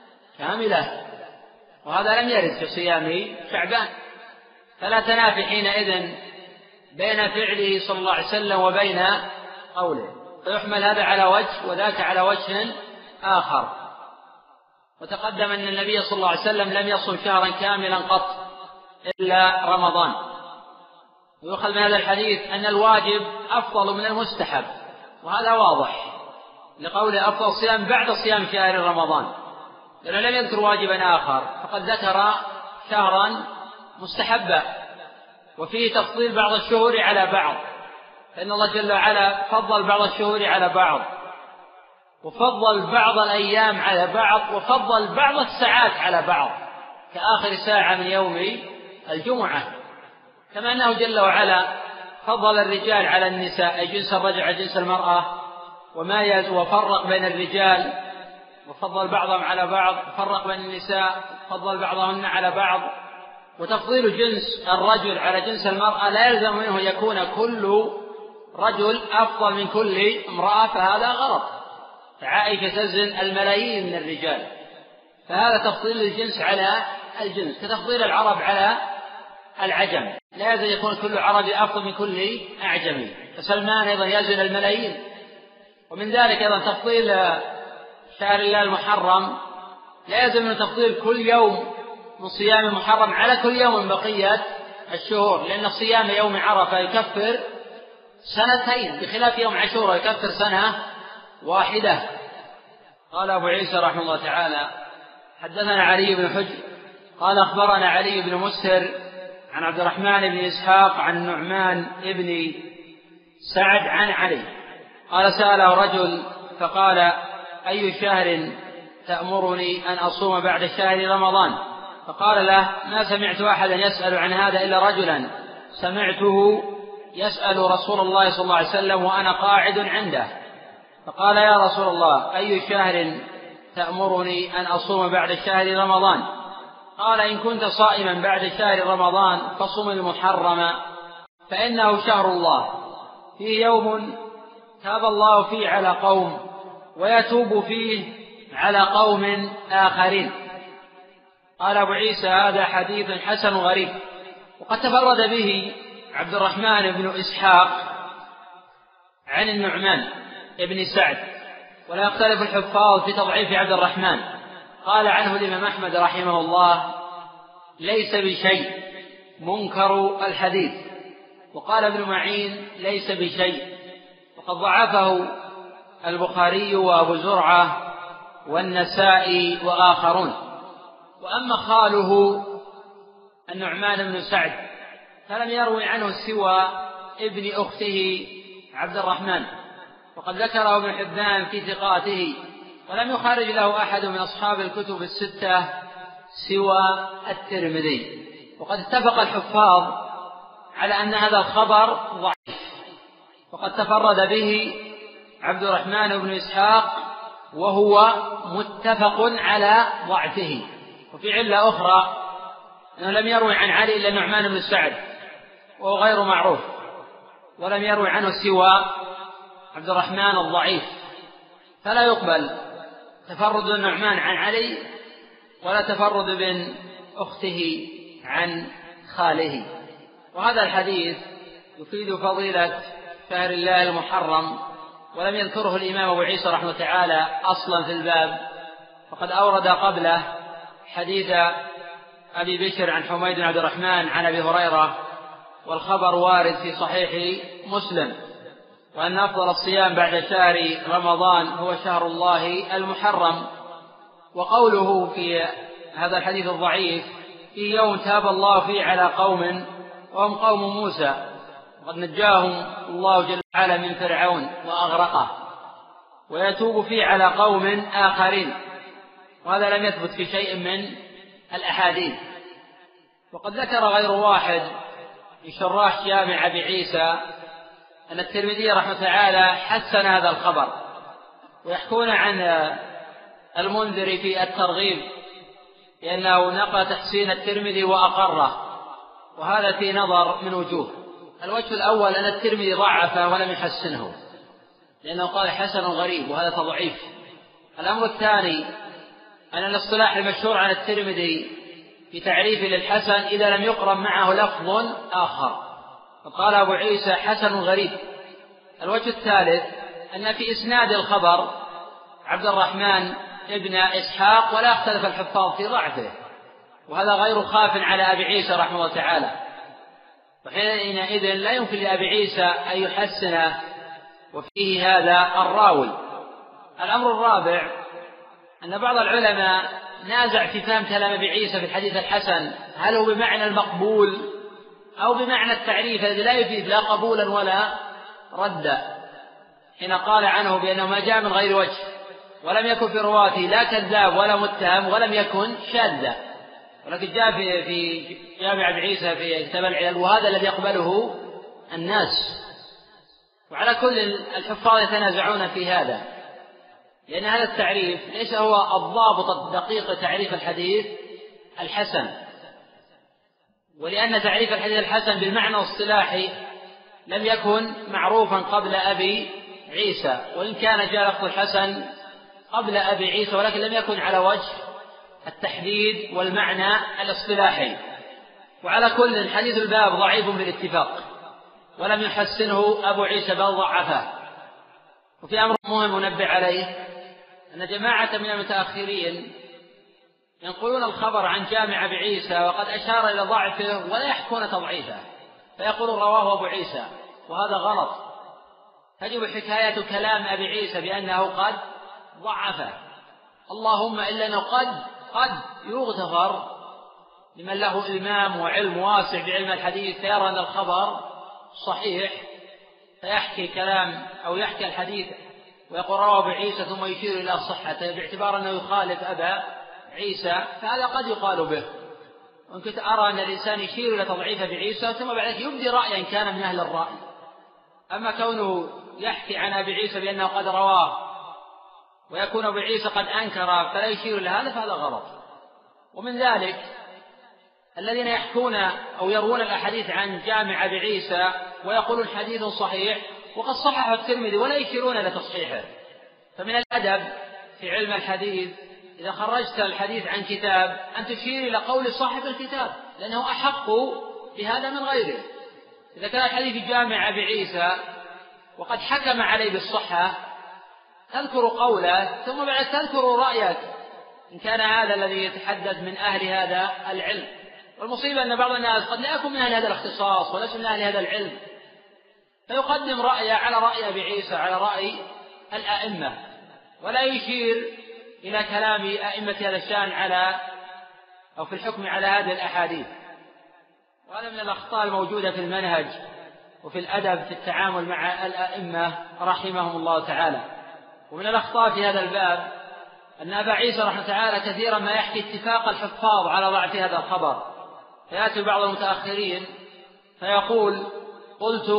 كاملة، وهذا لم يرد في صيام شعبان، فلا تنافي حينئذ بين فعله صلى الله عليه وسلم وبين قوله، فيحمل هذا على وجه وذاك على وجه آخر. وتقدم أن النبي صلى الله عليه وسلم لم يصم شهرا كاملا قط إلا رمضان. ويؤخذ من هذا الحديث أن الواجب أفضل من المستحب، وهذا واضح لقوله أفضل صيام بعد صيام شهر رمضان، لأنه لم يذكر واجبا آخر، فقد ذكر شهرا مستحبا، وفيه تفضيل بعض الشهور على بعض، فإن الله جل وعلا فضل بعض الشهور على بعض، وفضل بعض الأيام على بعض، وفضل بعض الساعات على بعض كآخر ساعة من يوم الجمعة، كما أنه جل وعلا فضل الرجال على النساء، أي جنس الرجل على جنس المرأة، وما يز وفرق بين الرجال وفضل بعضهم على بعض، وفرق بين النساء وفضل بعضهن على بعض. وتفضيل جنس الرجل على جنس المرأة لا يلزم منه يكون كل رجل أفضل من كل امرأة، فهذا غلط، فعائشة تزن الملايين من الرجال، فهذا تفضيل الجنس على الجنس، كتفضيل العرب على العجم، لا يلزم يكون كل عربي أفضل من كل أعجمي، فسلمان أيضا يزن الملايين. ومن ذلك أيضا تفضيل شهر الله المحرم لا يلزم من تفضيل كل يوم من صيام المحرم على كل يوم من بقية الشهور، لأن صيام يوم عرفة يكفر سنتين، بخلاف يوم عاشوراء يكفر سنة واحدة. قال أبو عيسى رحمه الله تعالى حدثنا علي بن حجر قال أخبرنا علي بن مسهر عن عبد الرحمن بن إسحاق عن النعمان بن سعد عن علي قال سأله رجل فقال أي شهر تأمرني أن أصوم بعد شهر رمضان؟ فقال له ما سمعت أحدا يسأل عن هذا إلا رجلا سمعته يسأل رسول الله صلى الله عليه وسلم وأنا قاعد عنده، فقال يا رسول الله أي شهر تأمرني أن أصوم بعد شهر رمضان؟ قال إن كنت صائما بعد شهر رمضان فصم المحرم فإنه شهر الله، فيه يوم تاب الله فيه على قوم ويتوب فيه على قوم آخرين. قال أبو عيسى هذا حديث حسن غريب، وقد تفرد به عبد الرحمن بن إسحاق عن النعمان بن سعد، ولا يختلف الحفاظ في تضعيف عبد الرحمن. قال عنه الإمام أحمد رحمه الله ليس بشيء منكر الحديث، وقال ابن معين ليس بشيء، وقد ضعفه البخاري وأبو زرعة والنسائي وآخرون. وأما خاله النعمان بن سعد فلم يروي عنه سوى ابن أخته عبد الرحمن، وقد ذكره ابن حبان في ثقاته، ولم يخرج له أحد من أصحاب الكتب الستة سوى الترمذي. وقد اتفق الحفاظ على أن هذا الخبر ضعيف، وقد تفرد به عبد الرحمن بن إسحاق وهو متفق على ضعفه. وفي علة أخرى أنه لم يروي عن علي إلا النعمان بن سعد وهو غير معروف، ولم يروي عنه سوى عبد الرحمن الضعيف، فلا يقبل تفرد النعمان عن علي ولا تفرد بن أخته عن خاله. وهذا الحديث يفيد فضيلة شهر الله المحرم، ولم يذكره الإمام أبو عيسى رحمه تعالى أصلا في الباب، فقد أورد قبله حديث أبي بشر عن حميد بن عبد الرحمن عن أبي هريرة، والخبر وارد في صحيح مسلم، وأن أفضل الصيام بعد شهر رمضان هو شهر الله المحرم. وقوله في هذا الحديث الضعيف في يوم تاب الله فيه على قوم وهم قوم موسى، وقد نجاهم الله جل وعلا من فرعون وأغرقه، ويتوب فيه على قوم آخرين، وهذا لم يثبت في شيء من الأحاديث. وقد ذكر غير واحد في شراح جامع أبي عيسى أن الترمذي رحمه تعالى حسن هذا الخبر، ويحكون عن المنذر في الترغيب لأنه نقل تحسين الترمذي وأقره، وهذا في نظر من وجوه. الوجه الأول أن الترمذي ضعفه ولم يحسنه لأنه قال حسن غريب، وهذا تضعيف. الأمر الثاني أن الاصطلاح المشهور عن الترمذي في تعريفه للحسن إذا لم يقرن معه لفظ آخر، فقال أبو عيسى حسن غريب. الوجه الثالث أن في إسناد الخبر عبد الرحمن ابن إسحاق، ولا اختلف الحفاظ في ضعفه، وهذا غير خاف على أبي عيسى رحمه الله تعالى، فحينئذ لا يمكن لأبي عيسى أن يحسنه وفيه هذا الراوي. الأمر الرابع أن بعض العلماء نازع في فهم كلام أبي عيسى في الحديث الحسن، هل هو بمعنى المقبول أو بمعنى التعريف الذي لا يفيد لا قبولا ولا ردا، حين قال عنه بأنه ما جاء من غير وجه، ولم يكن في رواته لا كذاب ولا متهم، ولم يكن شاذا، ولكن جاء في, في جامع أبي عيسى في كتاب العلل، وهذا الذي يقبله الناس. وعلى كل الحفاظ يتنازعون في هذا، لأن هذا التعريف ليس هو الضابط الدقيق لتعريف الحديث الحسن، ولأن تعريف الحديث الحسن بالمعنى الصلاحي لم يكن معروفا قبل أبي عيسى، وإن كان جاء لفظ الحسن قبل أبي عيسى، ولكن لم يكن على وجه التحديد والمعنى الاصطلاحي. وعلى كل حديث الباب ضعيف بالاتفاق، ولم يحسنه أبو عيسى بل ضعفه. وفي أمر مهم ننبه عليه أن جماعة من المتأخرين ينقلون الخبر عن جامع أبي عيسى وقد أشار إلى ضعفه ولا يحكون تضعيفه، فيقول رواه أبو عيسى، وهذا غلط. تجب حكاية كلام أبي عيسى بأنه قد ضعفه، اللهم إلا أنه قد قد يغتفر لمن له إلمام وعلم واسع بعلم الحديث، فيرى أن الخبر صحيح فيحكي كلام أو يحكي الحديث ويقول رواه أبو عيسى ثم يشير إلى صحته باعتبار أنه يخالف أبا عيسى، فهذا قد يقال به. وإن كنت أرى أن الإنسان يشير إلى تضعيف أبي عيسى ثم بعد ذلك يبدي رأيا كان من أهل الرأي، أما كونه يحكي عن أبي عيسى بأنه قد رواه ويكون أبو عيسى قد أنكر فلا يشير إلى هذا، فهذا غلط. ومن ذلك الذين يحكون أو يروون الأحاديث عن جامع أبي عيسى ويقولون حديث صحيح وقد صححه الترمذي ولا يشيرون إلى تصحيحه. فمن الأدب في علم الحديث إذا خرجت الحديث عن كتاب أن تشير إلى قول صاحب الكتاب، لأنه أحق بهذا من غيره. إذا كان الحديث في جامع أبي عيسى وقد حكم عليه بالصحة تذكر قوله ثم بعد تذكر رأيك إن كان هذا الذي يتحدث من أهل هذا العلم. والمصيبة أن بعض الناس قد لا يكون من أهل هذا الاختصاص وليس من أهل هذا العلم، فيقدم رأيه على رأي أبي عيسى على رأي الأئمة، ولا يشير إلى كلام أئمة هذا الشأن على أو في الحكم على هذه الأحاديث. وهذا من الأخطاء الموجودة في المنهج وفي الأدب في التعامل مع الأئمة رحمهم الله تعالى. ومن الأخطاء في هذا الباب أن أبا عيسى رحمه تعالى كثيرا ما يحكي اتفاق الحفاظ على ضعف هذا الخبر، فيأتي بعض المتأخرين فيقول قلت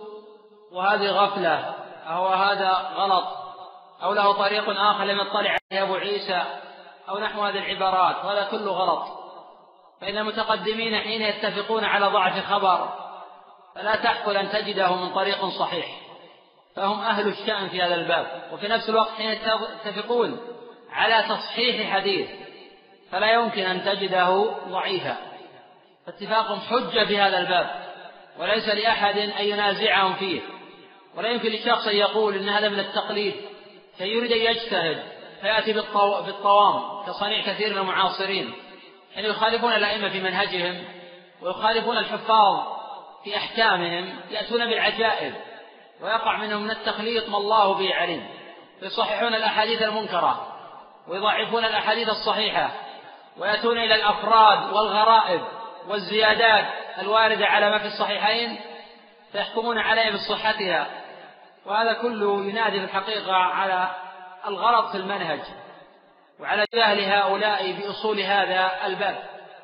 وهذه غفلة أو هذا غلط أو له طريق آخر لم يطلع عليه أبو عيسى أو نحو هذه العبارات، وهذا كله غلط. فإن المتقدمين حين يتفقون على ضعف خبر فلا تحقل أن تجده من طريق صحيح، فهم أهل الشأن في هذا الباب. وفي نفس الوقت حين يتفقون على تصحيح حديث فلا يمكن أن تجده ضعيفا، فاتفاقهم حجة في هذا الباب وليس لأحد أن ينازعهم فيه. ولا يمكن لشخص أن يقول إن هذا من التقليد فيريد أن يجتهد فيأتي بالطوام كصنيع كثير من المعاصرين حين يخالفون الأئمة في منهجهم ويخالفون الحفاظ في أحكامهم، يأتون بالعجائب ويقع منهم من التخليط ما الله به عليم، فيصححون الأحاديث المنكرة ويضعفون الأحاديث الصحيحة ويأتون إلى الأفراد والغرائب والزيادات الواردة على ما في الصحيحين فيحكمون عليها بصحتها. وهذا كله ينادي في الحقيقة على الغلط في المنهج وعلى جهل هؤلاء بأصول هذا الباب.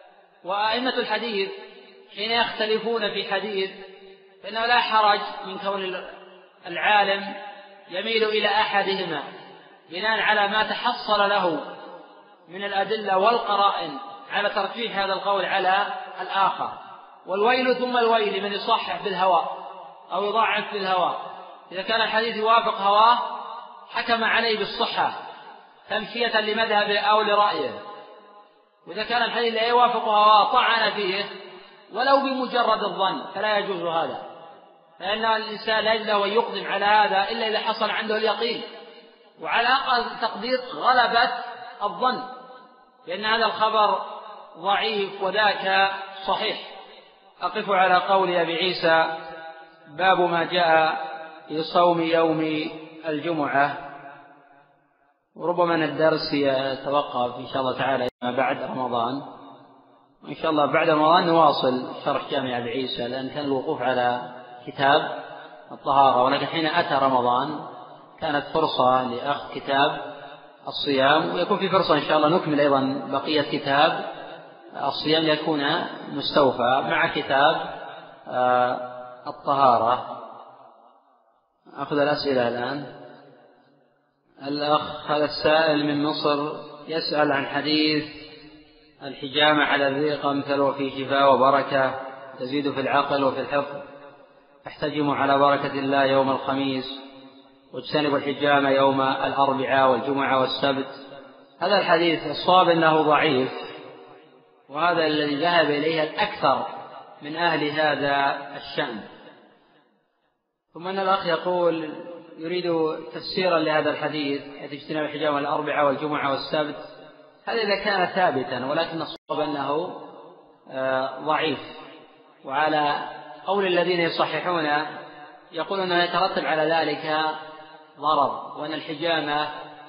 وأئمة الحديث حين يختلفون في حديث فإنه لا حرج من كون العالم يميل إلى أحدهما بناء على ما تحصل له من الأدلة والقرائن على ترجيح هذا القول على الآخر. والويل ثم الويل من يصحح بالهوى أو يضعف بالهوى. إذا كان الحديث يوافق هواه حكم عليه بالصحة تمشية لمذهبه أو لرأيه، وإذا كان الحديث لا يوافق هواه طعن فيه ولو بمجرد الظن فلا يجوز هذا، فإن الإنسان لا يجوز له أن يقدم على هذا إلا إذا حصل عنده اليقين وعلى أقل تقدير غلبة الظن لأن هذا الخبر ضعيف وذاك صحيح. أقف على قول أبي عيسى باب ما جاء في صوم يوم الجمعة. وربما أن الدرس يتوقف إن شاء الله تعالى بعد رمضان، وإن شاء الله بعد رمضان نواصل شرح جامع أبي عيسى، لأن كان الوقوف على كتاب الطهارة، ولكن حين أتى رمضان كانت فرصة لأخذ كتاب الصيام، ويكون في فرصة إن شاء الله نكمل أيضا بقية كتاب الصيام ليكون مستوفى مع كتاب الطهارة. أخذ الأسئلة الآن. الأخ هذا السائل من مصر يسأل عن حديث الحجامة على الريق مثل في شفاء وبركة تزيد في العقل وفي الحفظ، احتجم على بركة الله يوم الخميس واجتنب الحجامة يوم الأربعاء والجمعة والسبت. هذا الحديث الصواب أنه ضعيف، وهذا الذي ذهب إليه الأكثر من أهل هذا الشأن. ثم أن الأخ يقول يريد تفسيرا لهذا الحديث اجتناب الحجامة الأربعاء والجمعة والسبت. هذا إذا كان ثابتا، ولكن الصواب أنه ضعيف. وعلى قول الذين يصححون يقول أنه يترتب على ذلك ضرر، وأن الحجامة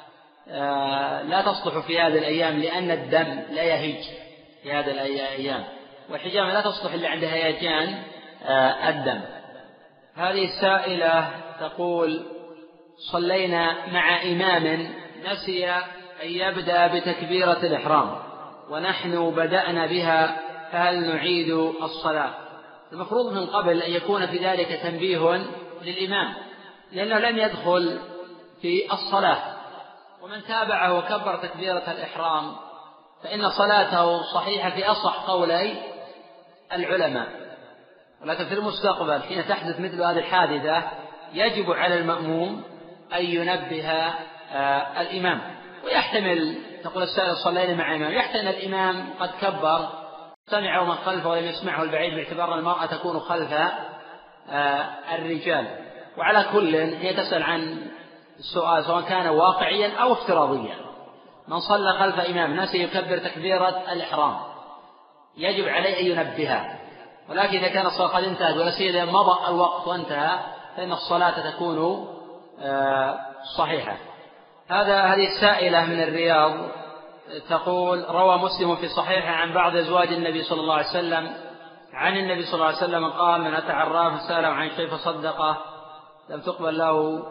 لا تصلح في هذه الأيام لأن الدم لا يهيج في هذه الأيام، والحجامة لا تصلح إلا عند هيجان الدم. هذه السائلة تقول صلينا مع إمام نسي أن يبدأ بتكبيرة الإحرام ونحن بدأنا بها، فهل نعيد الصلاة؟ المفروض من قبل أن يكون في ذلك تنبيه للإمام، لأنه لم يدخل في الصلاة، ومن تابعه وكبر تكبيرة الإحرام فإن صلاته صحيحة في أصح قولي العلماء. ولكن في المستقبل حين تحدث مثل هذه الحادثة يجب على المأموم أن ينبه آه الإمام. ويحتمل تقول السائل صلينا مع إمام، يحتمل الإمام قد كبر سمعه من خلفه ولم يسمعه البعيد، باعتبار المرأة تكون خلف آه الرجال. وعلى كل هي تسأل عن السؤال سواء كان واقعيا أو افتراضيا. من صلى خلف إمام نسي يكبر تكبيرة الإحرام يجب عليه أن ينبهها، ولكن إذا كان الصلاة قد انتهت ولا سيما مضى الوقت وانتهى فإن الصلاة تكون آه صحيحة. هذا هذه السائلة من الرياض تقول روى مسلم في صحيحه عن بعض أزواج النبي صلى الله عليه وسلم عن النبي صلى الله عليه وسلم قال: من أتى عرافا فسأله عن شيء فصدقه لم تقبل له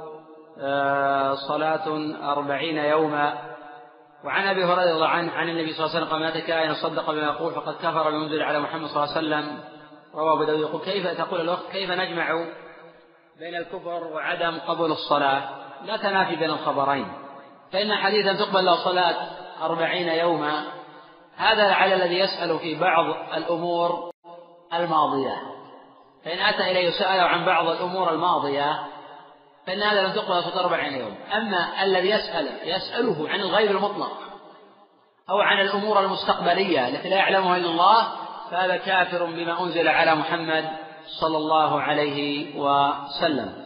صلاة أربعين يوما. وعن أبي هريرة رضي الله عنه عن النبي صلى الله عليه وسلم قال: من أتى كائنا صدق بما يقول فقد كفر بما أنزل على محمد صلى الله عليه وسلم. رواه أبو داود. يقول: كيف تقول الوقت كيف نجمع بين الكفر وعدم قبول الصلاة؟ لا تنافي بين الخبرين، فإن حديثا تقبل له صلاة أربعين يوما هذا على الذي يسأل في بعض الأمور الماضية، فإن أتى إليه سأله عن بعض الأمور الماضية فإن هذا لم تقبل صلاة أربعين يوم. أما الذي يسأل يسأله عن الغيب المطلق أو عن الأمور المستقبلية التي لا يعلمها إلا الله فهذا كافر بما أنزل على محمد صلى الله عليه وسلم.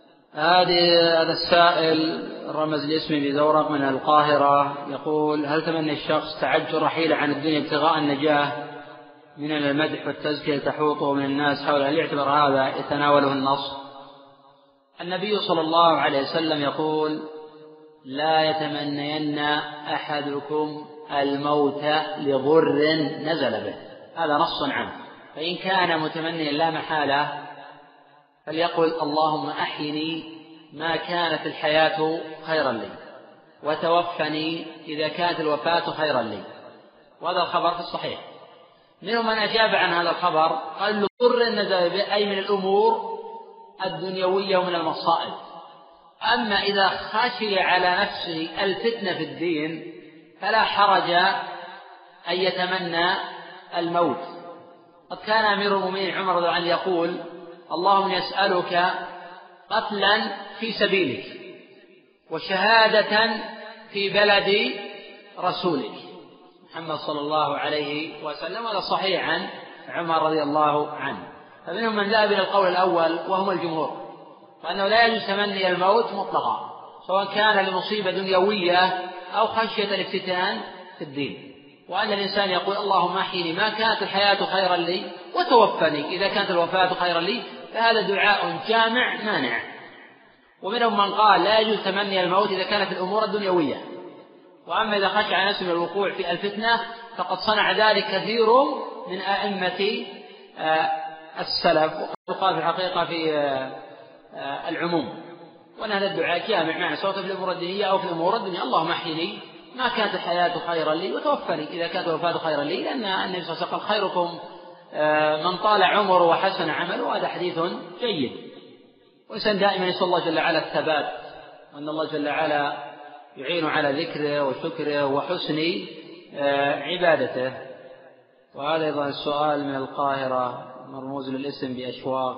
هذا السائل رمز لاسمه بزورق من القاهرة يقول: هل تمنى الشخص تعجل رحيل عن الدنيا ابتغاء النجاة من المدح والتزكية تحوطه من الناس حوله، هل يعتبر هذا يتناوله النص؟ النبي صلى الله عليه وسلم يقول: لا يتمنين أحدكم الموت لضر نزل به. هذا نص عنه، فإن كان متمنيا لا محالة فليقل: اللهم أحيني ما كانت الحياة خيرا لي وتوفني إذا كانت الوفاة خيرا لي. وهذا الخبر في الصحيح. منهم من أجاب عن هذا الخبر قال: لضر نزل به أي من الأمور الدنيوية ومن المصائب. أما إذا خشي على نفسه الفتنة في الدين فلا حرج أن يتمنى الموت. قد كان أمير المؤمنين عمر رضي الله عنه يقول: اللهم يسألك قتلا في سبيلك وشهادة في بلد رسولك محمد صلى الله عليه وسلم. هذا صحيح عن عمر رضي الله عنه. فمنهم من ذهب إلى القول الأول وهم الجمهور، وأنه لا يجوز تمني الموت مطلقا سواء كان لمصيبة دنيوية أو خشية الافتتان في الدين، وأن الإنسان يقول: اللهم أحيني ما كانت الحياة خيرا لي وتوفني إذا كانت الوفاة خيرا لي. فهذا دعاء جامع مانع. ومنهم من قال: لا يجوز تمني الموت إذا كانت الأمور الدنيوية، وأما إذا خشى على نفسه من الوقوع في الفتنة فقد صنع ذلك كثير من أئمة السلف، وقد قال في الحقيقة في العموم. وأن هذا الدعاء جامع معنى سواء في الأمور الدينية أو في الأمور الدنيا: اللهم أحيني ما كانت الحياة خيرا لي وتوفني إذا كانت الوفاة خيرا لي، لأن النبي صلى الله عليه وسلم: خيركم من طال عمره وحسن عمله. وهذا حديث جيد. والإنسان دائما يسأل الله جل وعلا الثبات، وأن الله جل وعلا يعين على ذكره وشكره وحسن عبادته. وهذا أيضا السؤال من القاهرة مرموز للاسم بأشواق.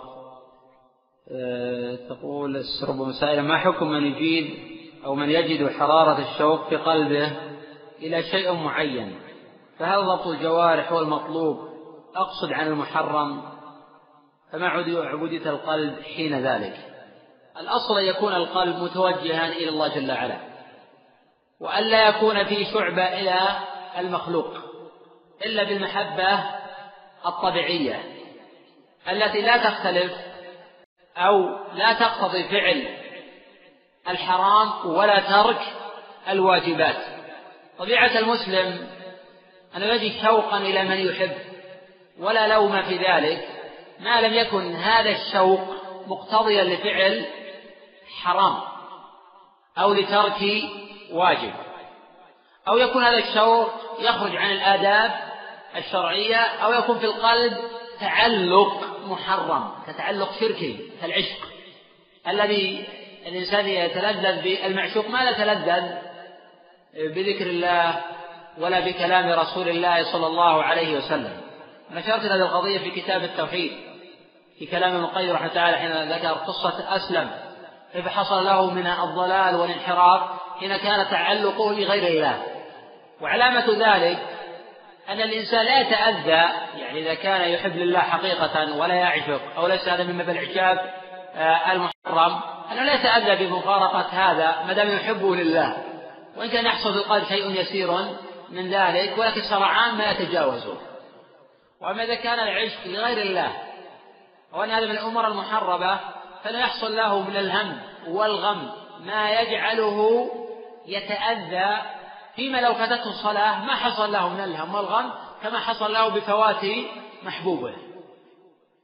تقول ربما سائلة: ما حكم من يجيد أو من يجد حرارة الشوق في قلبه إلى شيء معين، فهل ضبط الجوارح هو المطلوب؟ أقصد عن المحرم، فما عبودية القلب حين ذلك؟ الأصل أن يكون القلب متوجها إلى الله جل وعلا، وأن لا يكون فيه شعبة إلى المخلوق إلا بالمحبة الطبيعية التي لا تختلف أو لا تقتضي فعل الحرام ولا ترك الواجبات. طبيعة المسلم أن يجد شوقا إلى من يحب ولا لوم في ذلك ما لم يكن هذا الشوق مقتضيا لفعل حرام أو لترك واجب، أو يكون هذا الشوق يخرج عن الآداب الشرعية، أو يكون في القلب تعلق محرم كتعلق شركي كالعشق الذي الإنسان يتلذذ بالمعشوق ما لا تلذذ بذكر الله ولا بكلام رسول الله صلى الله عليه وسلم. نشرت هذه القضية في كتاب التوحيد في كلام ابن القيم رحمه الله تعالى حين ذكر قصة أسلم كيف حصل له من الضلال والانحراف حين كان تعلقه لغير الله. وعلامة ذلك أن الإنسان لا يتأذى، يعني إذا كان يحب لله حقيقة ولا يعشق أو ليس هذا من باب الإعجاب المحرم، أنه لا يتأذى بمفارقة هذا ما دام يحبه لله، وإن كان يحصل في القلب شيء يسير من ذلك ولكن سرعان ما يتجاوزه. وأما إذا كان العشق لغير الله وأن هذا من الأمور المحرمة فلا يحصل له من الهم والغم ما يجعله يتأذى فيما لو فاتته الصلاة ما حصل له من الهم والغم كما حصل له بفوات محبوبه.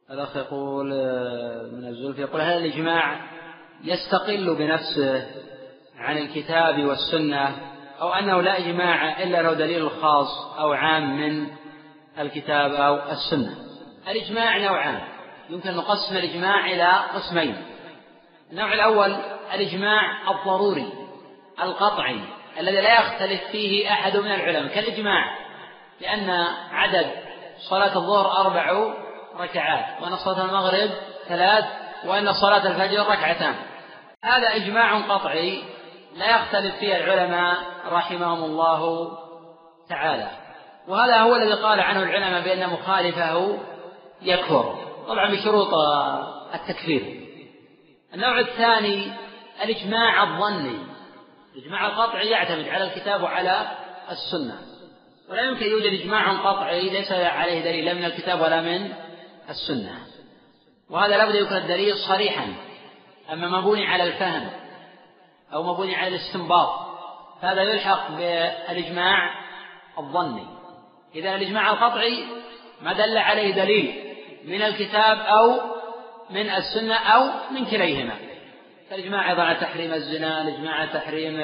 الأخ يقول من الزلف، يقول: هل الإجماع يستقل بنفسه عن الكتاب والسنة، أو أنه لا إجماع إلا له دليل خاص أو عام من الكتاب أو السنة؟ الإجماع نوعان، يمكن نقسم الإجماع إلى قسمين. النوع الأول الإجماع الضروري القطعي الذي لا يختلف فيه أحد من العلماء، كالإجماع لأن عدد صلاة الظهر أربع ركعات، وأن صلاة المغرب ثلاث، وأن صلاة الفجر ركعتان. هذا إجماع قطعي لا يختلف فيه العلماء رحمهم الله تعالى، وهذا هو الذي قال عنه العلماء بأن مخالفه يكفر، طبعا بشروط التكفير. النوع الثاني الإجماع الظني. الإجماع القطعي يعتمد على الكتاب وعلى السنة، ولا يمكن يوجد إجماع قطعي ليس عليه دليل لا من الكتاب ولا من السنة، وهذا لابد يكون الدليل صريحا. أما مبني على الفهم أو مبني على الاستنباط هذا يلحق بالإجماع الظني. إذا الإجماع القطعي ما دل عليه دليل من الكتاب أو من السنة أو من كليهما، الإجماع أيضا على تحريم الزنا، الإجماع على تحريم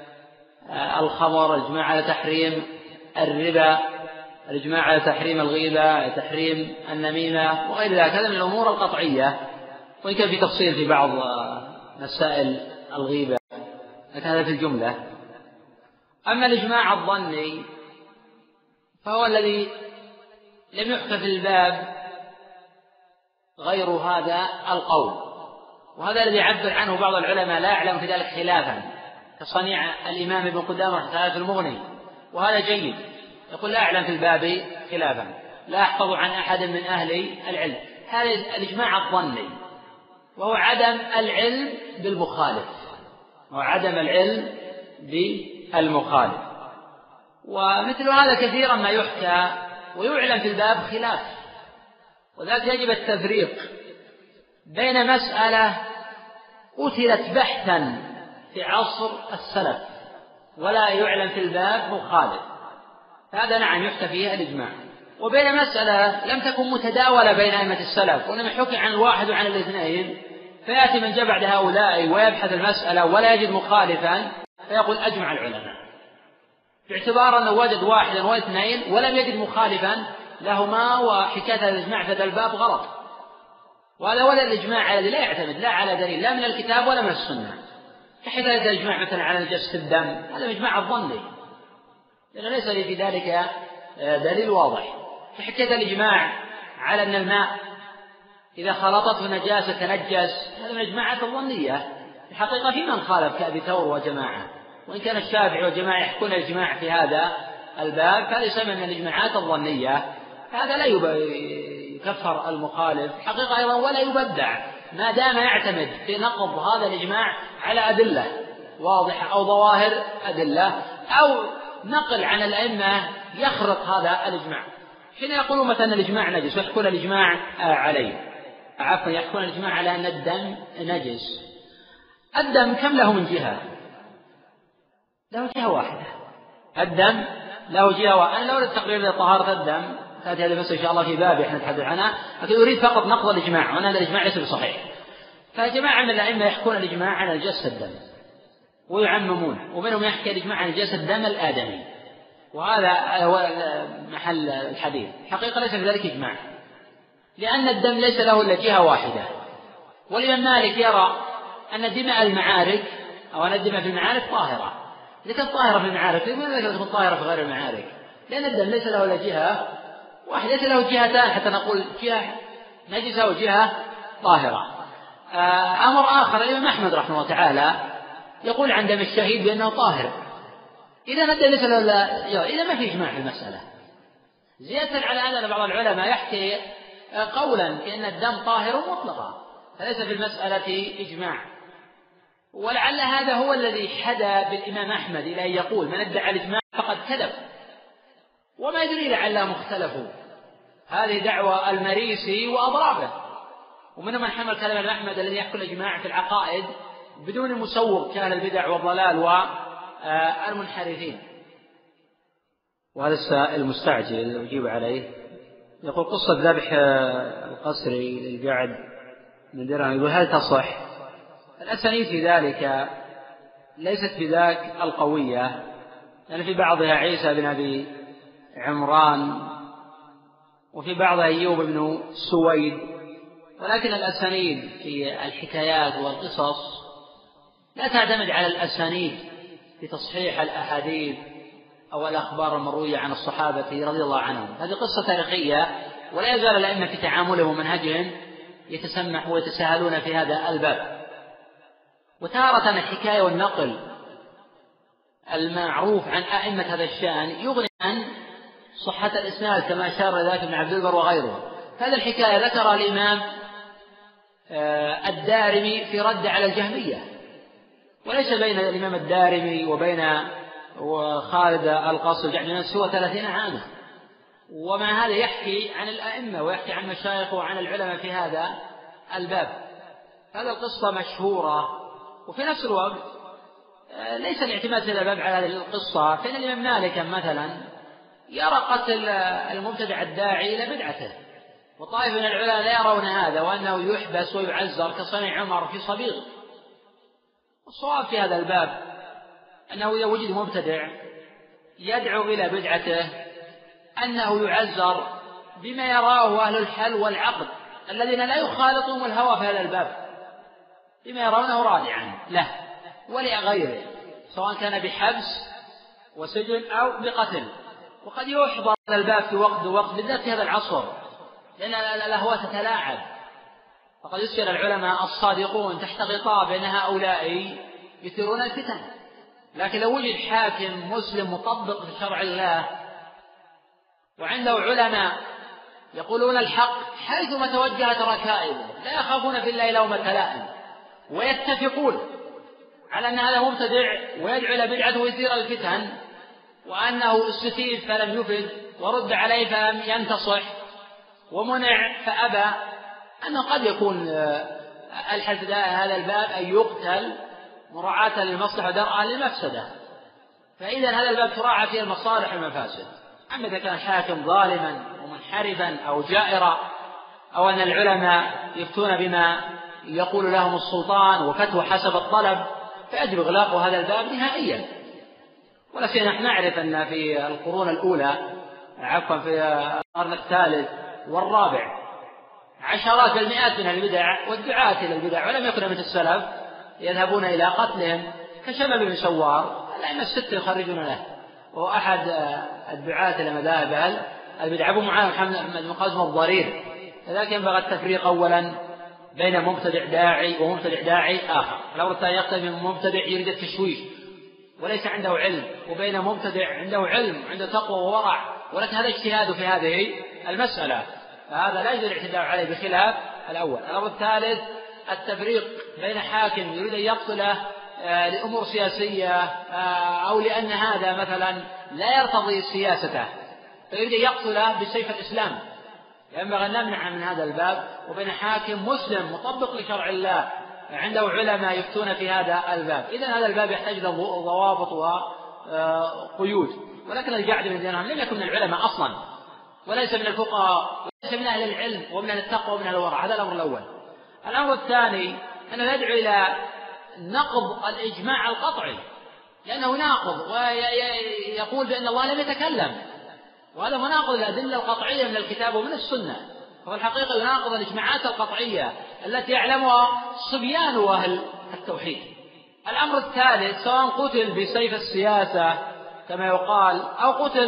الخمر، الإجماع على تحريم الربا، الإجماع على تحريم الغيبة، على تحريم النميمة وغير ذلك. هذا من الأمور القطعية، وإن كان في تفصيل في بعض مسائل الغيبة، لكن هذا في الجملة. أما الإجماع الظني فهو الذي لم يحكى في الباب غير هذا القول، وهذا الذي يعبر عنه بعض العلماء لا يعلم في ذلك خلافا، كصنيع الإمام ابن قدامة رحمه الله في المغني، وهذا جيد، يقول لا أعلم في الباب خلافا، لا أحفظ عن أحد من أهل العلم. هذا الإجماع الظني، وهو عدم العلم بالمخالف، وعدم العلم بالمخالف. ومثل هذا كثيرا ما يحكى ويعلم في الباب خلاف، وذلك يجب التفريق بين مسألة أثرت بحثا في عصر السلف ولا يعلم في الباب مخالف، هذا نعم يحكى فيها الإجماع، وبين مسألة لم تكن متداولة بين أئمة السلف وإنما حكي عن الواحد وعن الاثنين، فيأتي من جاء بعد هؤلاء ويبحث المسألة ولا يجد مخالفا فيقول أجمع العلماء، باعتبار أنه وجد واحدا واثنين ولم يجد مخالفا لهما، وحكاية الإجماع في هذا الباب غلط. وهذا ولا الإجماع الذي لا يعتمد لا على دليل لا من الكتاب ولا من السنة، كحكاية الإجماع مثلا على نجاسة الدم، هذا إجماع الظني لأنه ليس في ذلك دليل واضح. كحكاية الإجماع على أن الماء إذا خلطته نجاسة تنجس، هذا من الإجماعات الظنية. الحقيقة في من خالف كأبي ثور وجماعة، وإن كان الشافعي والجماعة يحكون الإجماع في هذا الباب فهذا يسمى من الإجماعات الظنية، هذا لا يكفر المخالف حقيقة أيضا ولا يبدع ما دام يعتمد في نقض هذا الإجماع على أدلة واضحة أو ظواهر أدلة أو نقل عن الأئمة يخرق هذا الإجماع. حين يقولون مثلا الإجماع نجس ويحكون الإجماع عليه، عفوا يحكون الإجماع على أن الدم نجس. الدم كم له من جهة؟ له جهة واحدة، الدم له جهة واحدة. أنا لو أريد تقرير لطهارة الدم تأتي هذه بس إن شاء الله في باب إحنا نتحدث عنها، لكن أريد فقط نقض الإجماع، وأن هذا الإجماع ليس بصحيح. فجماعة من الأئمة يحكون الإجماع على نجاسة الدم ويعممون، ومنهم يحكي الإجماع عن نجاسة الدم الآدمي، وهذا هو محل الحديث. حقيقة ليس في ذلك إجماع، لأن الدم ليس له إلا جهة واحدة. والإمام مالك يرى أن دماء المعارك أو أن الدماء في المعارك طاهرة، إذا كانت طاهرة في المعارك لماذا تكون طاهرة في غير المعارك؟ لأن الدم ليس له إلا جهة واحدة، ليس له جهتان حتى نقول جهة نجسة وجهة طاهرة. أمر آخر الإمام أحمد رحمه الله تعالى يقول عن دم الشهيد بأنه طاهر، إذا الدم ليس له إلا إذا ما في إجماع في المسألة. زيادة على هذا بعض العلماء يحكي قولا بأن الدم طاهر مطلقا، فليس في المسألة إجماع. ولعل هذا هو الذي حدا بالإمام أحمد إلى أن يقول من ادعى الإجماع فقد كذب، وما يدري لعلهم اختلفوا. هذه دعوة المريسي وأضرابه، ومنهم من حمل كلام الإمام أحمد الذي يحكي الإجماع في العقائد بدون مسوق كان البدع والضلال والمنحرفين. وهذا السائل المستعجل أجيب عليه يقول قصة ذبح القسري للجعد من درهم، يقول هل تصح؟ الأسانيد في ذلك ليست بذاك القوية، لأن يعني في بعضها عيسى بن أبي عمران وفي بعضها أيوب بن سويد، ولكن الأسانيد في الحكايات والقصص لا تعتمد على الأسانيد في تصحيح الأحاديث أو الأخبار المروية عن الصحابة رضي الله عنهم. هذه قصة تاريخية، ولا يزال الأئمة في تعاملهم ومنهجهم يتسمح ويتساهلون في هذا الباب. وتارة الحكاية والنقل المعروف عن أئمة هذا الشأن يغني عن صحة الإسناد، كما أشار ذلك ابن عبد البر وغيره. هذه الحكاية ذكر الإمام الدارمي في رد على الجهمية، وليس بين الإمام الدارمي وبين خالد القاصي الجعدي سوى ثلاثين عاما، ومع هذا يحكي عن الأئمة ويحكي عن مشايخه وعن العلماء في هذا الباب. هذا القصة مشهورة، وفي نفس الوقت ليس الاعتماد في هذا الباب على هذه القصة، فإن الإمام مالك مثلا يرى قتل المبتدع الداعي إلى بدعته، وطائفة من العلماء لا يرون هذا وأنه يحبس ويعزر كصنيع عمر في صبيغ. الصواب في هذا الباب أنه إذا وجد مبتدع يدعو إلى بدعته أنه يعزر بما يراه أهل الحل والعقد الذين لا يخالطهم الهوى في هذا الباب، بما يرونه رادعا له ولغيره، سواء كان بحبس وسجن أو بقتل. وقد يحضر هذا الباب في وقت وقت بالذات في هذا العصر، لأن الأهواء تتلاعب، فقد يسير العلماء الصادقون تحت غطاء بأن هؤلاء يثيرون الفتن. لكن لو وجد حاكم مسلم مطبق لشرع الله وعنده علماء يقولون الحق حيثما توجهت ركائبه، لا يخافون في الله لومة لائم، ويتفقون على أن هذا مبتدع ويدعو إلى بدعته ويثير الفتن، وأنه استتيب فلم يفد ورد عليه فلم ينتصح ومنع فأبى، أنه قد يكون الحد هذا الباب أن يقتل مراعاة للمصلحة ودرءا للمفسدة. فإذا هذا الباب تراعى فيه المصالح والمفاسد. أما إذا كان حاكم ظالما ومنحرفا أو جائرا، أو أن العلماء يفتون بما يقول لهم السلطان وفتوى حسب الطلب، فيجب إغلاق هذا الباب نهائيا. ولا شيء نحن نعرف أن في القرون الأولى عفوا في القرن الثالث والرابع عشرات بل مئات من البدع والدعاة إلى البدع، ولم يكن مثل السلف يذهبون إلى قتلهم كشمل بن سوار الأئمة الستة يخرجون له، وهو أحد الدعاة إلى مذاهب البدع، أبو معاوية محمد بن قاسم الضرير. لذلك ينبغي التفريق أولا بين مبتدع داعي ومبتدع داعي آخر. الأمر الثاني يقتضي من مبتدع يريد التشويش وليس عنده علم، وبين مبتدع عنده علم عنده تقوى وورع ولكن هذا اجتهاد في هذه المسألة، فهذا لا يجوز الاعتداء عليه بخلاف الأول. الأمر الثالث التفريق بين حاكم يريد أن يقتله لأمور سياسية أو لأن هذا مثلا لا يرتضي سياسته فيريد أن يقتله بسيف الإسلام، ينبغي أن نمنع من هذا الباب. وبين حاكم مسلم مطبق لشرع الله عنده علماء يفتون في هذا الباب. إذن هذا الباب يحتاج إلى ضوابط وقيود. ولكن الجعد بن درهم لم يكن من العلماء أصلا، وليس من الفقهاء، وليس من أهل العلم ومن أهل التقوى ومن أهل الورع. هذا الأمر الأول. الأمر الثاني أنه يدعو إلى نقض الإجماع القطعي، لأنه ناقض ويقول بأن الله لم يتكلم، وهذا مناقض الأدلة القطعية من الكتاب ومن السنة. فهو الحقيقة يناقض الإجماعات القطعية التي يعلمها صبيان أهل التوحيد. الأمر الثالث سواء قتل بسيف السياسة كما يقال أو قتل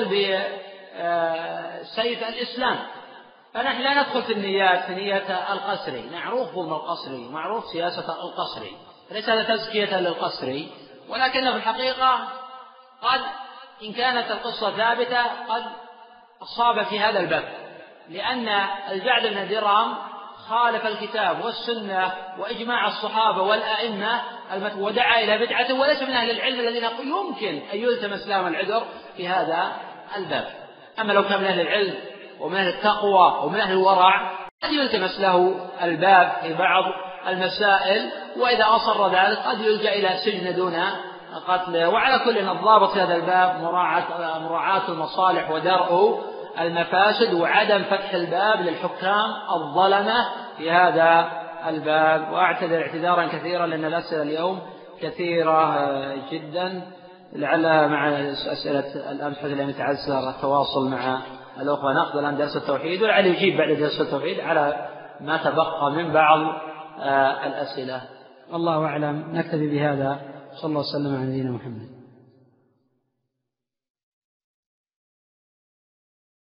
بسيف الإسلام، فنحن لا ندخل في النيات في نية القسري، معروف ظلم القسري، معروف سياسة القسري، ليس هذا تزكية للقسري، ولكن في الحقيقة قد إن كانت القصة ثابتة قد أصاب في هذا الباب، لأن الجعد بن درهم خالف الكتاب والسنة وإجماع الصحابة والأئمة ودعا إلى بدعته، وليس من أهل العلم الذين يمكن أن يلتمس لهم العذر في هذا الباب. أما لو كان من أهل العلم ومن أهل التقوى ومن أهل الورع قد يلتمس له الباب في بعض المسائل، وإذا أصر ذلك قد يلجأ إلى سجن دون قتل. وعلى كل الضابط في هذا الباب مراعاة مراعاة المصالح ودرء المفاسد وعدم فتح الباب للحكام الظلمة في هذا الباب. وأعتذر اعتذارا كثيرا لأن الأسئلة اليوم كثيرة جدا، لعل مع أسئلة الأمس حتى لم يتعذر التواصل مع الأخوة نأخذ الآن درس التوحيد، ولعل يجيب بعد درس التوحيد على ما تبقى من بعض الأسئلة. والله أعلم، نكتفي بهذا. صلى الله وسلم على نبينا محمد.